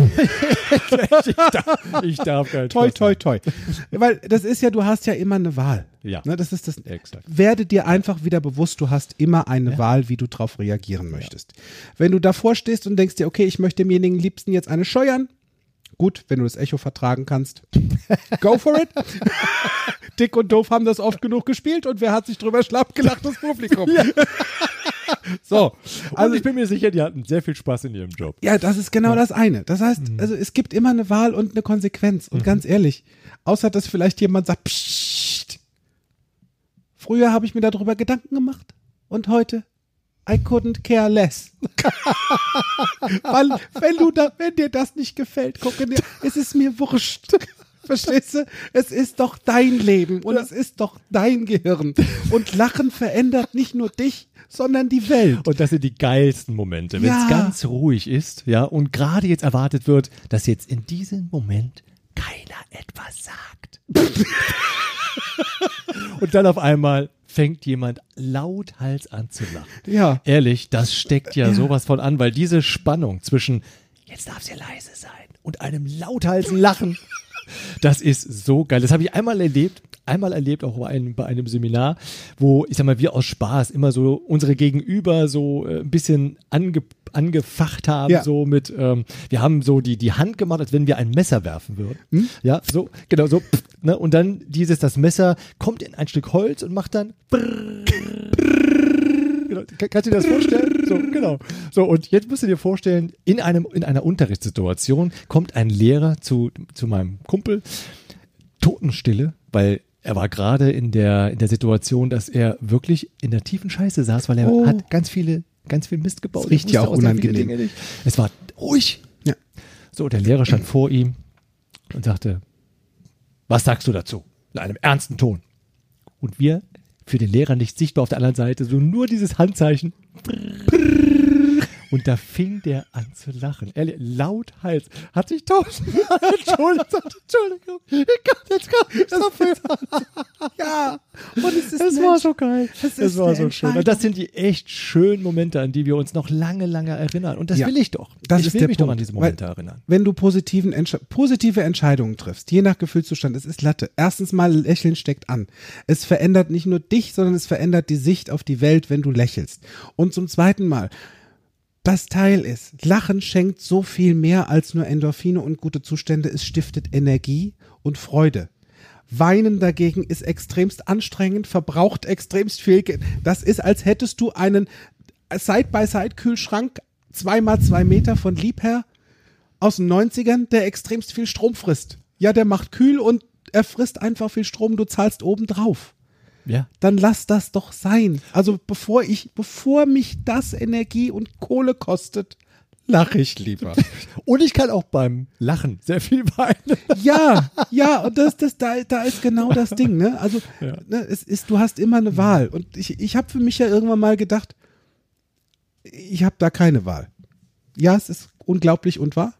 ich darf keinen Spaß. Toi. Weil das ist ja, du hast ja immer eine Wahl. Ja. Ne, das ist das. Exakt. Werde dir einfach wieder bewusst, du hast immer eine Wahl, wie du drauf reagieren möchtest. Wenn du davor stehst und denkst dir, okay, ich möchte demjenigen liebsten jetzt eine scheuern. Gut, wenn du das Echo vertragen kannst, go for it. Dick und Doof haben das oft genug gespielt, und wer hat sich drüber schlapp gelacht? Das Publikum. Ja. So, also und ich bin mir sicher, die hatten sehr viel Spaß in ihrem Job. Ja, das ist genau das eine. Das heißt, also es gibt immer eine Wahl und eine Konsequenz. Und ganz ehrlich, außer dass vielleicht jemand sagt, Psst, früher habe ich mir darüber Gedanken gemacht, und heute I couldn't care less. Weil, wenn dir das nicht gefällt, es ist mir wurscht. Verstehst du? Es ist doch dein Leben und es ist doch dein Gehirn. Und Lachen verändert nicht nur dich, sondern die Welt. Und das sind die geilsten Momente, wenn es ganz ruhig ist, ja, und gerade jetzt erwartet wird, dass jetzt in diesem Moment keiner etwas sagt. Und dann auf einmal fängt jemand lauthals an zu lachen. Ja. Ehrlich, das steckt ja sowas von an, weil diese Spannung zwischen jetzt darf es ja leise sein und einem lauthals Lachen, Das ist so geil. Das habe ich einmal erlebt, auch bei einem Seminar, wo, ich sag mal, wir aus Spaß immer so unsere Gegenüber so ein bisschen angefacht haben, so mit, wir haben so die Hand gemacht, als wenn wir ein Messer werfen würden. Ja, so, genau, so, ne? Und dann das Messer kommt in ein Stück Holz und macht dann Genau. Kannst du dir das vorstellen? So, genau. So, und jetzt musst du dir vorstellen, in einer Unterrichtssituation kommt ein Lehrer zu meinem Kumpel, Totenstille, weil er war gerade in der Situation, dass er wirklich in der tiefen Scheiße saß, weil er hat ganz viel Mist gebaut. Das riecht ja auch unangenehm. Es war ruhig. Ja. So, der Lehrer stand vor ihm und sagte, was sagst du dazu? In einem ernsten Ton. Und wir, für den Lehrer nicht sichtbar auf der anderen Seite, so nur dieses Handzeichen. Und da fing der an zu lachen. Ehrlich, lauthals. Hat sich tausendmal Entschuldigung. Jetzt kommt. Ja. Und es war so geil. Es war so schön. Und das sind die echt schönen Momente, an die wir uns noch lange, lange erinnern. Und das will ich doch. Ich will mich doch an diese Momente erinnern. Wenn du positive Entscheidungen triffst, je nach Gefühlszustand, es ist Latte. Erstens mal, Lächeln steckt an. Es verändert nicht nur dich, sondern es verändert die Sicht auf die Welt, wenn du lächelst. Und zum zweiten Mal, das Teil ist, Lachen schenkt so viel mehr als nur Endorphine und gute Zustände. Es stiftet Energie und Freude. Weinen dagegen ist extremst anstrengend, verbraucht extremst viel. Das ist, als hättest du einen Side-by-Side-Kühlschrank 2x2 Meter von Liebherr aus den 90ern, der extremst viel Strom frisst. Ja, der macht kühl und er frisst einfach viel Strom, du zahlst oben drauf. Ja. Dann lass das doch sein. Also bevor mich das Energie und Kohle kostet, lache ich lieber. Und ich kann auch beim Lachen sehr viel weinen. Ja, und da ist genau das Ding, ne? Also, ne, du hast immer eine Wahl. Und ich habe für mich ja irgendwann mal gedacht, ich habe da keine Wahl. Ja, es ist unglaublich und wahr.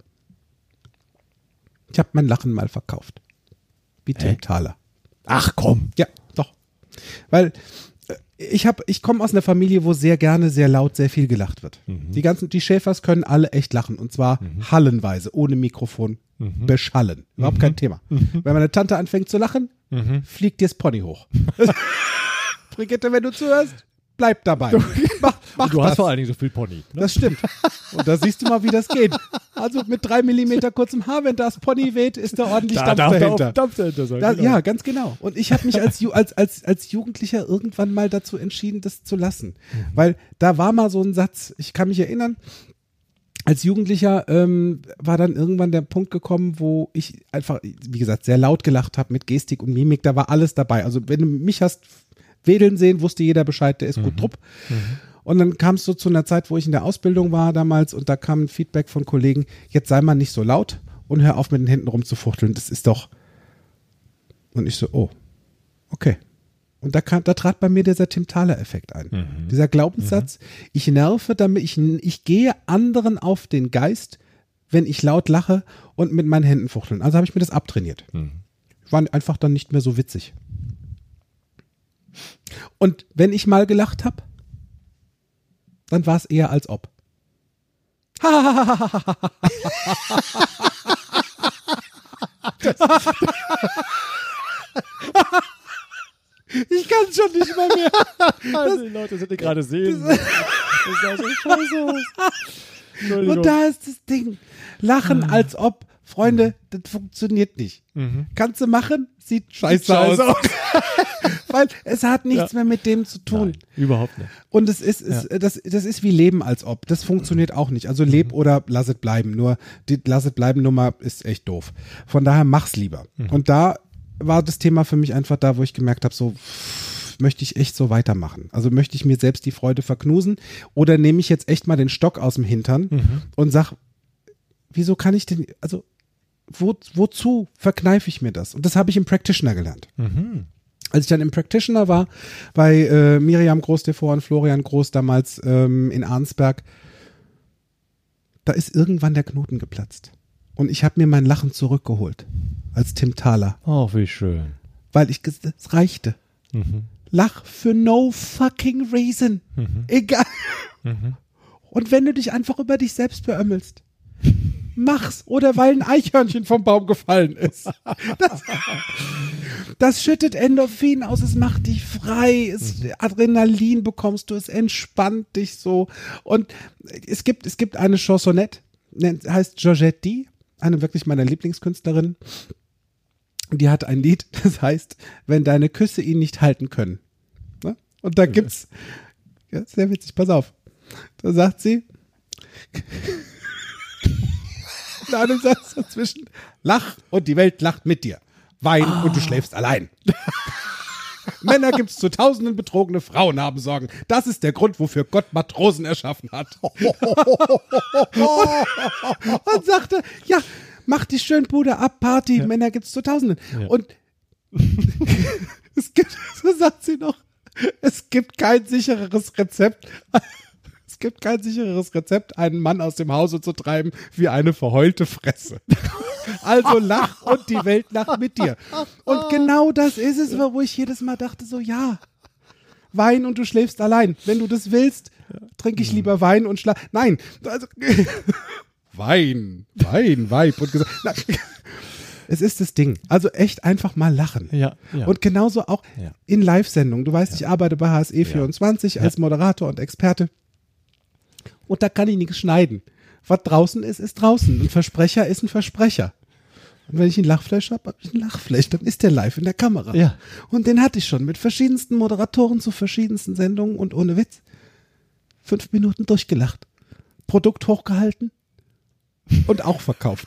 Ich habe mein Lachen mal verkauft. Wie Tim Thaler. Ach komm. Ja, doch. Weil ich komme aus einer Familie, wo sehr gerne, sehr laut, sehr viel gelacht wird. Die Schäfers können alle echt lachen und zwar hallenweise, ohne Mikrofon, beschallen. Überhaupt kein Thema. Wenn meine Tante anfängt zu lachen, fliegt dir das Pony hoch. Brigitte, wenn du zuhörst, bleib dabei. Mach du das. hast vor allen Dingen so viel Pony. Ne? Das stimmt. Und da siehst du mal, wie das geht. Also mit 3 mm kurzem Haar, wenn das Pony weht, ist da ordentlich Dampf dahinter. Dampf dahinter sein, genau. Ja, ganz genau. Und ich habe mich als Jugendlicher irgendwann mal dazu entschieden, das zu lassen. Weil da war mal so ein Satz, ich kann mich erinnern, als Jugendlicher war dann irgendwann der Punkt gekommen, wo ich einfach, wie gesagt, sehr laut gelacht habe mit Gestik und Mimik. Da war alles dabei. Also wenn du mich hast wedeln sehen, wusste jeder Bescheid, der ist gut drupp. Und dann kam es so zu einer Zeit, wo ich in der Ausbildung war damals und da kam ein Feedback von Kollegen, jetzt sei mal nicht so laut und hör auf mit den Händen rumzufuchteln, das ist doch. Und ich so, oh, okay. Und da trat bei mir dieser Tim Thaler-Effekt ein. Dieser Glaubenssatz, ich nerve damit, ich gehe anderen auf den Geist, wenn ich laut lache und mit meinen Händen fuchteln. Also habe ich mir das abtrainiert. War einfach dann nicht mehr so witzig. Und wenn ich mal gelacht habe, dann war es eher als ob. Ich kann es schon nicht mal mehr. Also die Leute sind gerade sehen. Das sah so scheiße aus. Und da ist das Ding. Lachen als ob. Freunde, das funktioniert nicht. Kannst du machen, sieht scheiße aus. Weil es hat nichts mehr mit dem zu tun. Nein, überhaupt nicht. Und das ist wie Leben als ob. Das funktioniert auch nicht. Also leb oder lass es bleiben. Nur die Lass es bleiben Nummer ist echt doof. Von daher mach's lieber. Und da war das Thema für mich einfach da, wo ich gemerkt habe, so möchte ich echt so weitermachen. Also möchte ich mir selbst die Freude verknusen oder nehme ich jetzt echt mal den Stock aus dem Hintern und sag, wieso kann ich denn, also wozu verkneife ich mir das? Und das habe ich im Practitioner gelernt. Als ich dann im Practitioner war, bei Miriam Groß-Devor und Florian Groß damals in Arnsberg, da ist irgendwann der Knoten geplatzt. Und ich habe mir mein Lachen zurückgeholt als Tim Thaler. Oh, wie schön. Weil es reichte. Lach für no fucking reason. Egal. Und wenn du dich einfach über dich selbst beömmelst. mach's. Oder weil ein Eichhörnchen vom Baum gefallen ist. Das schüttet Endorphin aus, es macht dich frei, Adrenalin bekommst du, es entspannt dich so. Und es gibt eine Chansonette, heißt Georgette D., eine wirklich meiner Lieblingskünstlerinnen. Die hat ein Lied, das heißt, wenn deine Küsse ihn nicht halten können. Ne? Und da gibt's, ja, sehr witzig, pass auf, da sagt sie, in einem Satz dazwischen, lach und die Welt lacht mit dir. Wein und du schläfst allein. Männer gibt's zu Tausenden, betrogene Frauen haben Sorgen. Das ist der Grund, wofür Gott Matrosen erschaffen hat. Und sagte, ja, mach die Schönbude ab, Party, ja. Männer gibt's zu Tausenden. Ja. Und es gibt, so sagt sie noch, es gibt kein sichereres Rezept. Es gibt kein sichereres Rezept, einen Mann aus dem Hause zu treiben, wie eine verheulte Fresse. Also lach und die Welt lacht mit dir. Und genau das ist es, wo ich jedes Mal dachte, so ja, Wein und du schläfst allein. Wenn du das willst, trinke ich lieber Wein und schlaf. Nein, also Wein, Weib und gesagt. Nein. Es ist das Ding. Also echt einfach mal lachen. Ja. Und genauso auch in Live-Sendungen. Du weißt, ich arbeite bei HSE24 als Moderator und Experte. Und da kann ich nichts schneiden. Was draußen ist, ist draußen. Ein Versprecher ist ein Versprecher. Und wenn ich ein Lachflash habe, habe ich ein Lachflash. Dann ist der live in der Kamera. Ja. Und den hatte ich schon mit verschiedensten Moderatoren zu verschiedensten Sendungen und ohne Witz 5 Minuten durchgelacht. Produkt hochgehalten und auch verkauft.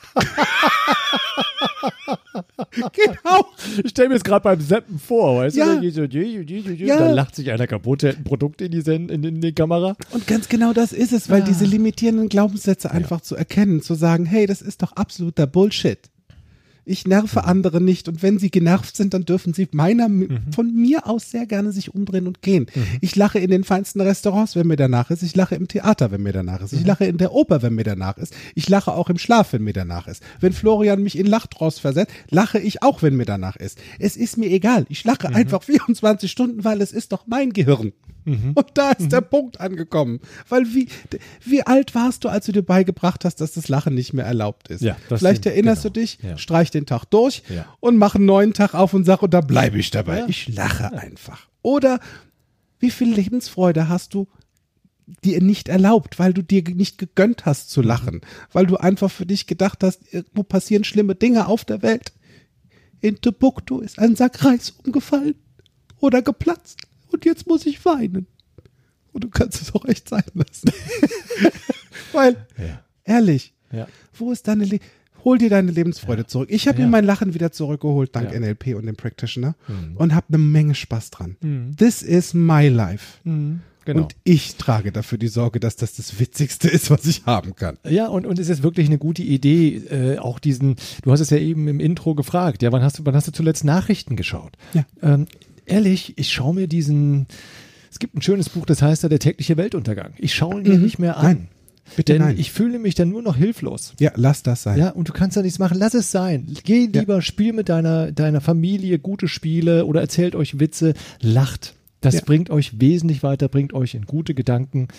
Genau. Ich stelle mir es gerade beim Seppen vor, weißt Ja. du? Da lacht sich einer kaputt, hält ein Produkt in die Kamera. Und ganz genau das ist es, weil diese limitierenden Glaubenssätze einfach zu erkennen, zu sagen, hey, das ist doch absoluter Bullshit. Ich nerve andere nicht und wenn sie genervt sind, dann dürfen sie von mir aus sehr gerne sich umdrehen und gehen. Ich lache in den feinsten Restaurants, wenn mir danach ist. Ich lache im Theater, wenn mir danach ist. Ich lache in der Oper, wenn mir danach ist. Ich lache auch im Schlaf, wenn mir danach ist. Wenn Florian mich in Lachtrance versetzt, lache ich auch, wenn mir danach ist. Es ist mir egal. Ich lache einfach 24 Stunden, weil es ist doch mein Gehirn. Und da ist der Punkt angekommen. Weil wie alt warst du, als du dir beigebracht hast, dass das Lachen nicht mehr erlaubt ist? Ja, Vielleicht erinnerst du dich, streich den Tag durch und mach einen neuen Tag auf und sag, und da bleibe ich dabei. Ich lache einfach. Oder wie viel Lebensfreude hast du dir nicht erlaubt, weil du dir nicht gegönnt hast zu lachen, weil du einfach für dich gedacht hast, irgendwo passieren schlimme Dinge auf der Welt. In Timbuktu ist ein Sack Reis umgefallen oder geplatzt. Und jetzt muss ich weinen. Und du kannst es auch echt sein lassen. Weil, ehrlich, wo ist deine hol dir deine Lebensfreude zurück. Ich habe mir mein Lachen wieder zurückgeholt, dank NLP und dem Practitioner und habe eine Menge Spaß dran. This is my life. Genau. Und ich trage dafür die Sorge, dass das Witzigste ist, was ich haben kann. Ja, und es ist wirklich eine gute Idee, auch du hast es ja eben im Intro gefragt, wann hast du zuletzt Nachrichten geschaut? Ja. Ehrlich, ich schaue mir es gibt ein schönes Buch, das heißt Der tägliche Weltuntergang. Ich schaue ihn mir nicht mehr an. Nein. Bitte nein. Ich fühle mich dann nur noch hilflos. Ja, lass das sein. Ja, und du kannst ja nichts machen. Lass es sein. Geh lieber, spiel mit deiner Familie gute Spiele oder erzählt euch Witze. Lacht. Das bringt euch wesentlich weiter, bringt euch in gute Gedanken.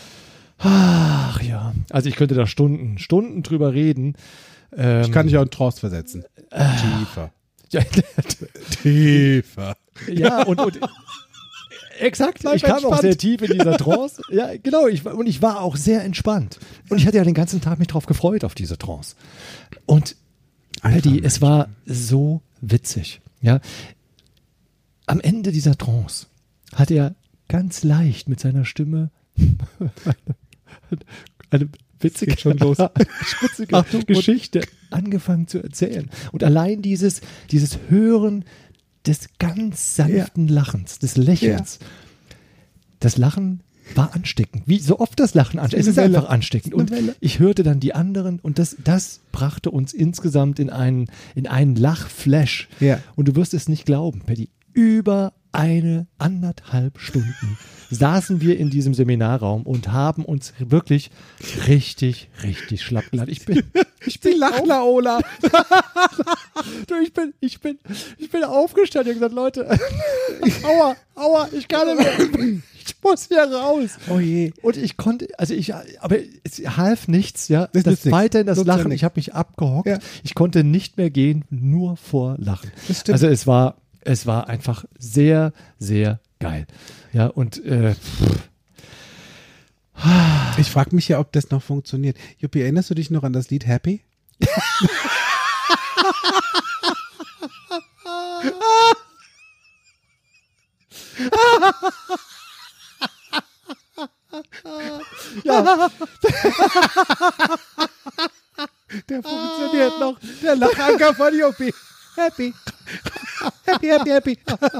Ach ja. Also ich könnte da Stunden drüber reden. Ich kann dich auch in Trance versetzen. Tiefer. Tiefer. Ja, und exakt, ich kam auch sehr tief in dieser Trance. Ja, genau, ich war auch sehr entspannt. Und ich hatte ja den ganzen Tag mich drauf gefreut, auf diese Trance. Und Paddy, es war so witzig. Ja. Am Ende dieser Trance hat er ganz leicht mit seiner Stimme eine witzige, schmutzige Geschichte angefangen zu erzählen. Und allein dieses Hören des ganz sanften Lachens, des Lächelns, das Lachen war ansteckend. Wie so oft das Lachen ansteckend. Es ist einfach ansteckend. Und ich hörte dann die anderen und das brachte uns insgesamt in einen Lachflash. Ja. Und du wirst es nicht glauben, Paddy. Über 1,5 Stunden saßen wir in diesem Seminarraum und haben uns wirklich richtig, richtig schlapp gelacht. Ich bin Lachler-Ola. Du, ich bin aufgestanden und gesagt, Leute, aua, ich kann nicht mehr. Ich muss hier raus. Oh je. Und ich konnte, aber es half nichts, ja. Das weiterhin das Lachen. Ich habe mich abgehockt. Ja. Ich konnte nicht mehr gehen, nur vor Lachen. Das stimmt. Also es war einfach sehr, sehr geil. Ja, und ich frage mich ja, ob das noch funktioniert. Juppie, erinnerst du dich noch an das Lied Happy? ja. Der funktioniert noch. Der Lachanker von Juppie. Happy. Happy, happy, happy.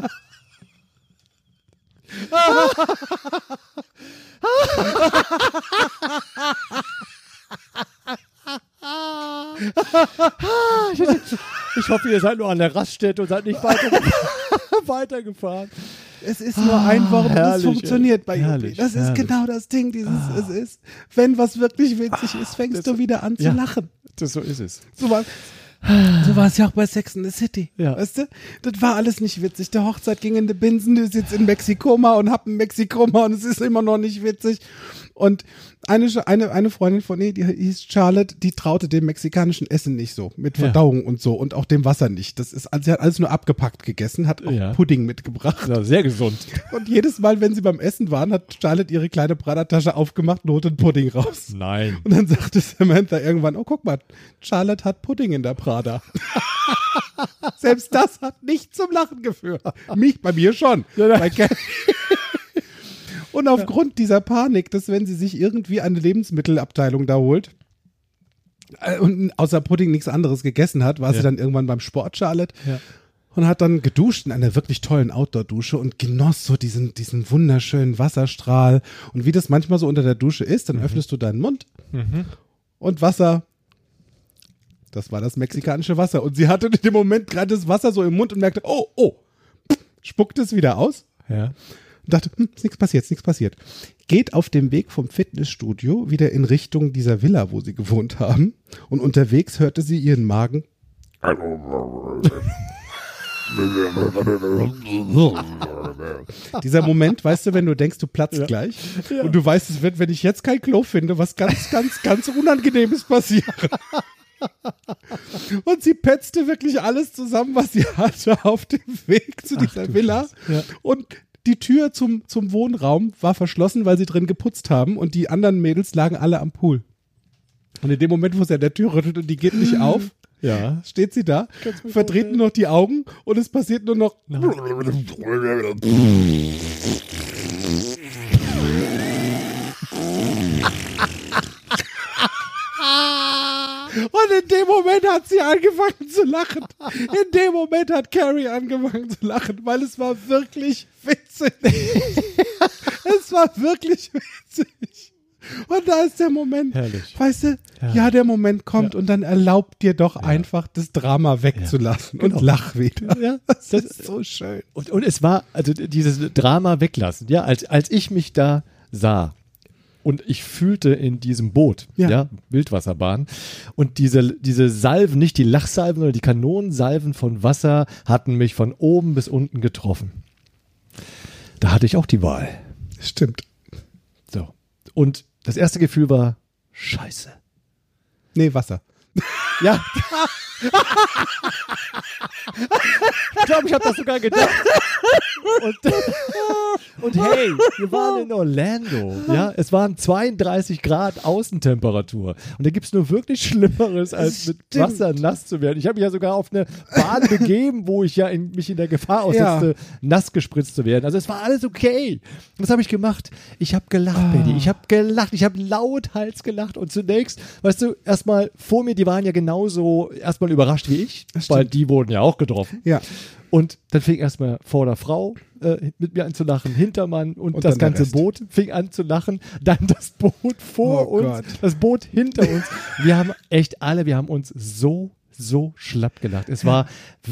Ich hoffe, ihr seid nur an der Raststätte und seid nicht weitergefahren. Es ist nur ein Wort, das funktioniert bei Juppie. Das ist genau das Ding. Es ist, wenn was wirklich witzig ist, fängst du wieder an zu lachen. So ist es. So war es ja auch bei Sex in the City. Ja. Weißt du? Das war alles nicht witzig. Der Hochzeit ging in die Binsen, du sitzt in Mexikoma und hab ein Mexikoma und es ist immer noch nicht witzig. Und eine Freundin von ihr, die hieß Charlotte, die traute dem mexikanischen Essen nicht so, mit Verdauung und so und auch dem Wasser nicht. Sie hat alles nur abgepackt gegessen, hat auch Pudding mitgebracht. Ja, sehr gesund. Und jedes Mal, wenn sie beim Essen waren, hat Charlotte ihre kleine Prada-Tasche aufgemacht und holte einen Pudding raus. Nein. Und dann sagte Samantha irgendwann, oh guck mal, Charlotte hat Pudding in der Prada. Selbst das hat nicht zum Lachen geführt. Bei mir schon. Und aufgrund dieser Panik, dass wenn sie sich irgendwie eine Lebensmittelabteilung da holt und außer Pudding nichts anderes gegessen hat, war sie dann irgendwann beim Sport, Charlotte, und hat dann geduscht in einer wirklich tollen Outdoor-Dusche und genoss so diesen wunderschönen Wasserstrahl. Und wie das manchmal so unter der Dusche ist, dann öffnest du deinen Mund und Wasser. Das war das mexikanische Wasser. Und sie hatte in dem Moment gerade das Wasser so im Mund und merkte, oh, spuckt es wieder aus. Ja. Und dachte, ist nichts passiert. Geht auf dem Weg vom Fitnessstudio wieder in Richtung dieser Villa, wo sie gewohnt haben. Und unterwegs hörte sie ihren Magen. Dieser Moment, weißt du, wenn du denkst, du platzt gleich. Ja. Und du weißt, es wird, wenn ich jetzt kein Klo finde, was ganz, ganz, ganz Unangenehmes passieren. Und sie petzte wirklich alles zusammen, was sie hatte, auf dem Weg zu dieser Villa. Ja. Und die Tür zum Wohnraum war verschlossen, weil sie drin geputzt haben und die anderen Mädels lagen alle am Pool. Und in dem Moment, wo sie an der Tür rüttelt und die geht nicht auf, steht sie da, verdreht nur noch die Augen und es passiert nur noch Und in dem Moment hat sie angefangen zu lachen. In dem Moment hat Carrie angefangen zu lachen, weil es war wirklich witzig. Es war wirklich witzig. Und da ist der Moment, weißt du, der Moment kommt und dann erlaubt dir doch einfach das Drama wegzulassen und lach wieder. Ja, das ist so schön. Und es war, also dieses Drama weglassen, als ich mich da sah, und ich fühlte in diesem Boot, Wildwasserbahn, und diese Salven, nicht die Lachsalven, sondern die Kanonensalven von Wasser hatten mich von oben bis unten getroffen. Da hatte ich auch die Wahl. Stimmt. So. Und das erste Gefühl war Scheiße. Nee, Wasser. Ja. Ich glaube, ich habe das sogar gedacht. Und hey, wir waren in Orlando. Ja, es waren 32 Grad Außentemperatur. Und da gibt es nur wirklich Schlimmeres, als mit Wasser nass zu werden. Ich habe mich ja sogar auf eine Bahn begeben, wo ich mich in der Gefahr aussetzte, nass gespritzt zu werden. Also es war alles okay. Und was habe ich gemacht? Ich habe gelacht, Betty. Ich habe gelacht. Ich habe lauthals gelacht. Und zunächst, weißt du, erstmal vor mir, die waren ja genauso erstmal überrascht wie ich, weil die wurden ja auch getroffen. Ja. Und dann fing erstmal vor der Frau mit mir an zu lachen, Hintermann und das ganze Boot fing an zu lachen, dann das Boot vor uns, das Boot hinter uns. Wir haben uns so schlapp gelacht. Es war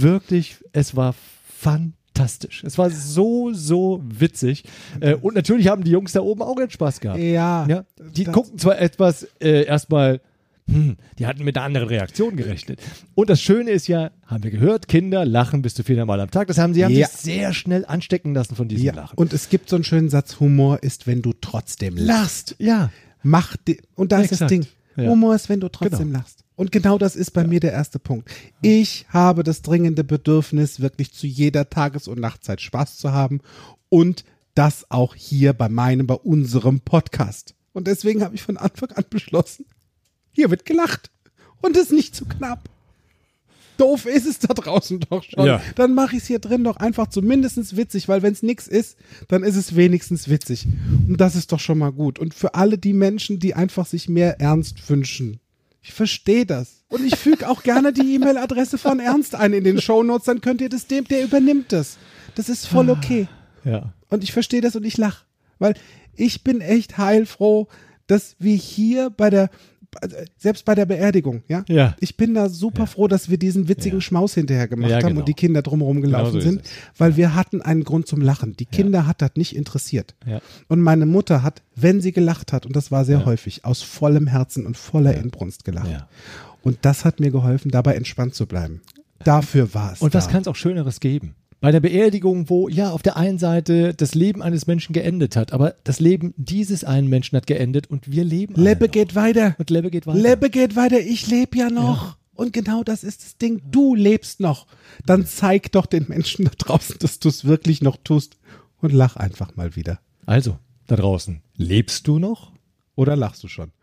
fantastisch. Es war so witzig. Und natürlich haben die Jungs da oben auch ihren Spaß gehabt. Ja. Die guckten zwar etwas erstmal die hatten mit einer anderen Reaktion gerechnet. Und das Schöne ist ja, haben wir gehört, Kinder lachen bis zu 400 Mal am Tag. Sie haben sich sehr schnell anstecken lassen von diesem Lachen. Und es gibt so einen schönen Satz, Humor ist, wenn du trotzdem lachst. Ja. Und da ist das Ding. Ja. Humor ist, wenn du trotzdem lachst. Und genau das ist bei mir der erste Punkt. Ich habe das dringende Bedürfnis, wirklich zu jeder Tages- und Nachtzeit Spaß zu haben und das auch hier bei unserem Podcast. Und deswegen habe ich von Anfang an beschlossen, hier wird gelacht und ist nicht zu knapp. Doof ist es da draußen doch schon. Ja. Dann mache ich es hier drin doch einfach zumindest witzig, weil wenn es nichts ist, dann ist es wenigstens witzig. Und das ist doch schon mal gut. Und für alle die Menschen, die einfach sich mehr Ernst wünschen, ich verstehe das. Und ich füge auch gerne die E-Mail-Adresse von Ernst ein in den Shownotes, dann könnt ihr das der übernimmt das. Das ist voll okay. Ja. Und ich verstehe das und ich lache. Weil ich bin echt heilfroh, dass wir hier selbst bei der Beerdigung, ja? Ich bin da super froh, dass wir diesen witzigen Schmaus hinterher gemacht haben und die Kinder drumherum gelaufen sind, weil wir hatten einen Grund zum Lachen. Die Kinder hat das nicht interessiert. Ja. Und meine Mutter hat, wenn sie gelacht hat, und das war sehr häufig, aus vollem Herzen und voller Inbrunst gelacht. Ja. Und das hat mir geholfen, dabei entspannt zu bleiben. Dafür war es. Und was kann es auch Schöneres geben? Bei der Beerdigung, wo auf der einen Seite das Leben eines Menschen geendet hat, aber das Leben dieses einen Menschen hat geendet und wir leben. Lebe geht weiter. Und Lebe geht weiter. Lebe geht weiter. Ich lebe ja noch. Ja. Und genau das ist das Ding. Du lebst noch. Dann zeig doch den Menschen da draußen, dass du es wirklich noch tust und lach einfach mal wieder. Also, da draußen, lebst du noch? Oder lachst du schon?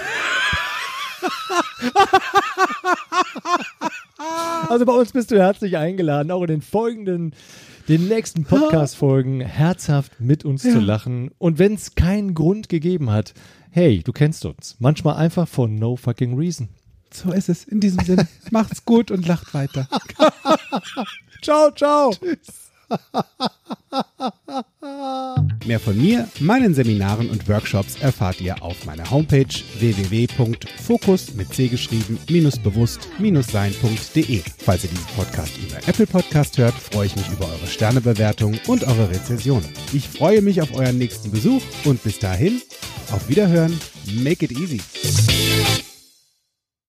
Also bei uns bist du herzlich eingeladen, auch in den nächsten Podcast-Folgen herzhaft mit uns zu lachen. Und wenn es keinen Grund gegeben hat, hey, du kennst uns. Manchmal einfach for no fucking reason. So ist es. In diesem Sinne, macht's gut und lacht weiter. Ciao, ciao. Tschüss. Mehr von mir, meinen Seminaren und Workshops erfahrt ihr auf meiner Homepage www.fokus mit C geschrieben -bewusst-sein.de. Falls ihr diesen Podcast über Apple Podcast hört, freue ich mich über eure Sternebewertung und eure Rezension. Ich freue mich auf euren nächsten Besuch und bis dahin, auf Wiederhören, make it easy.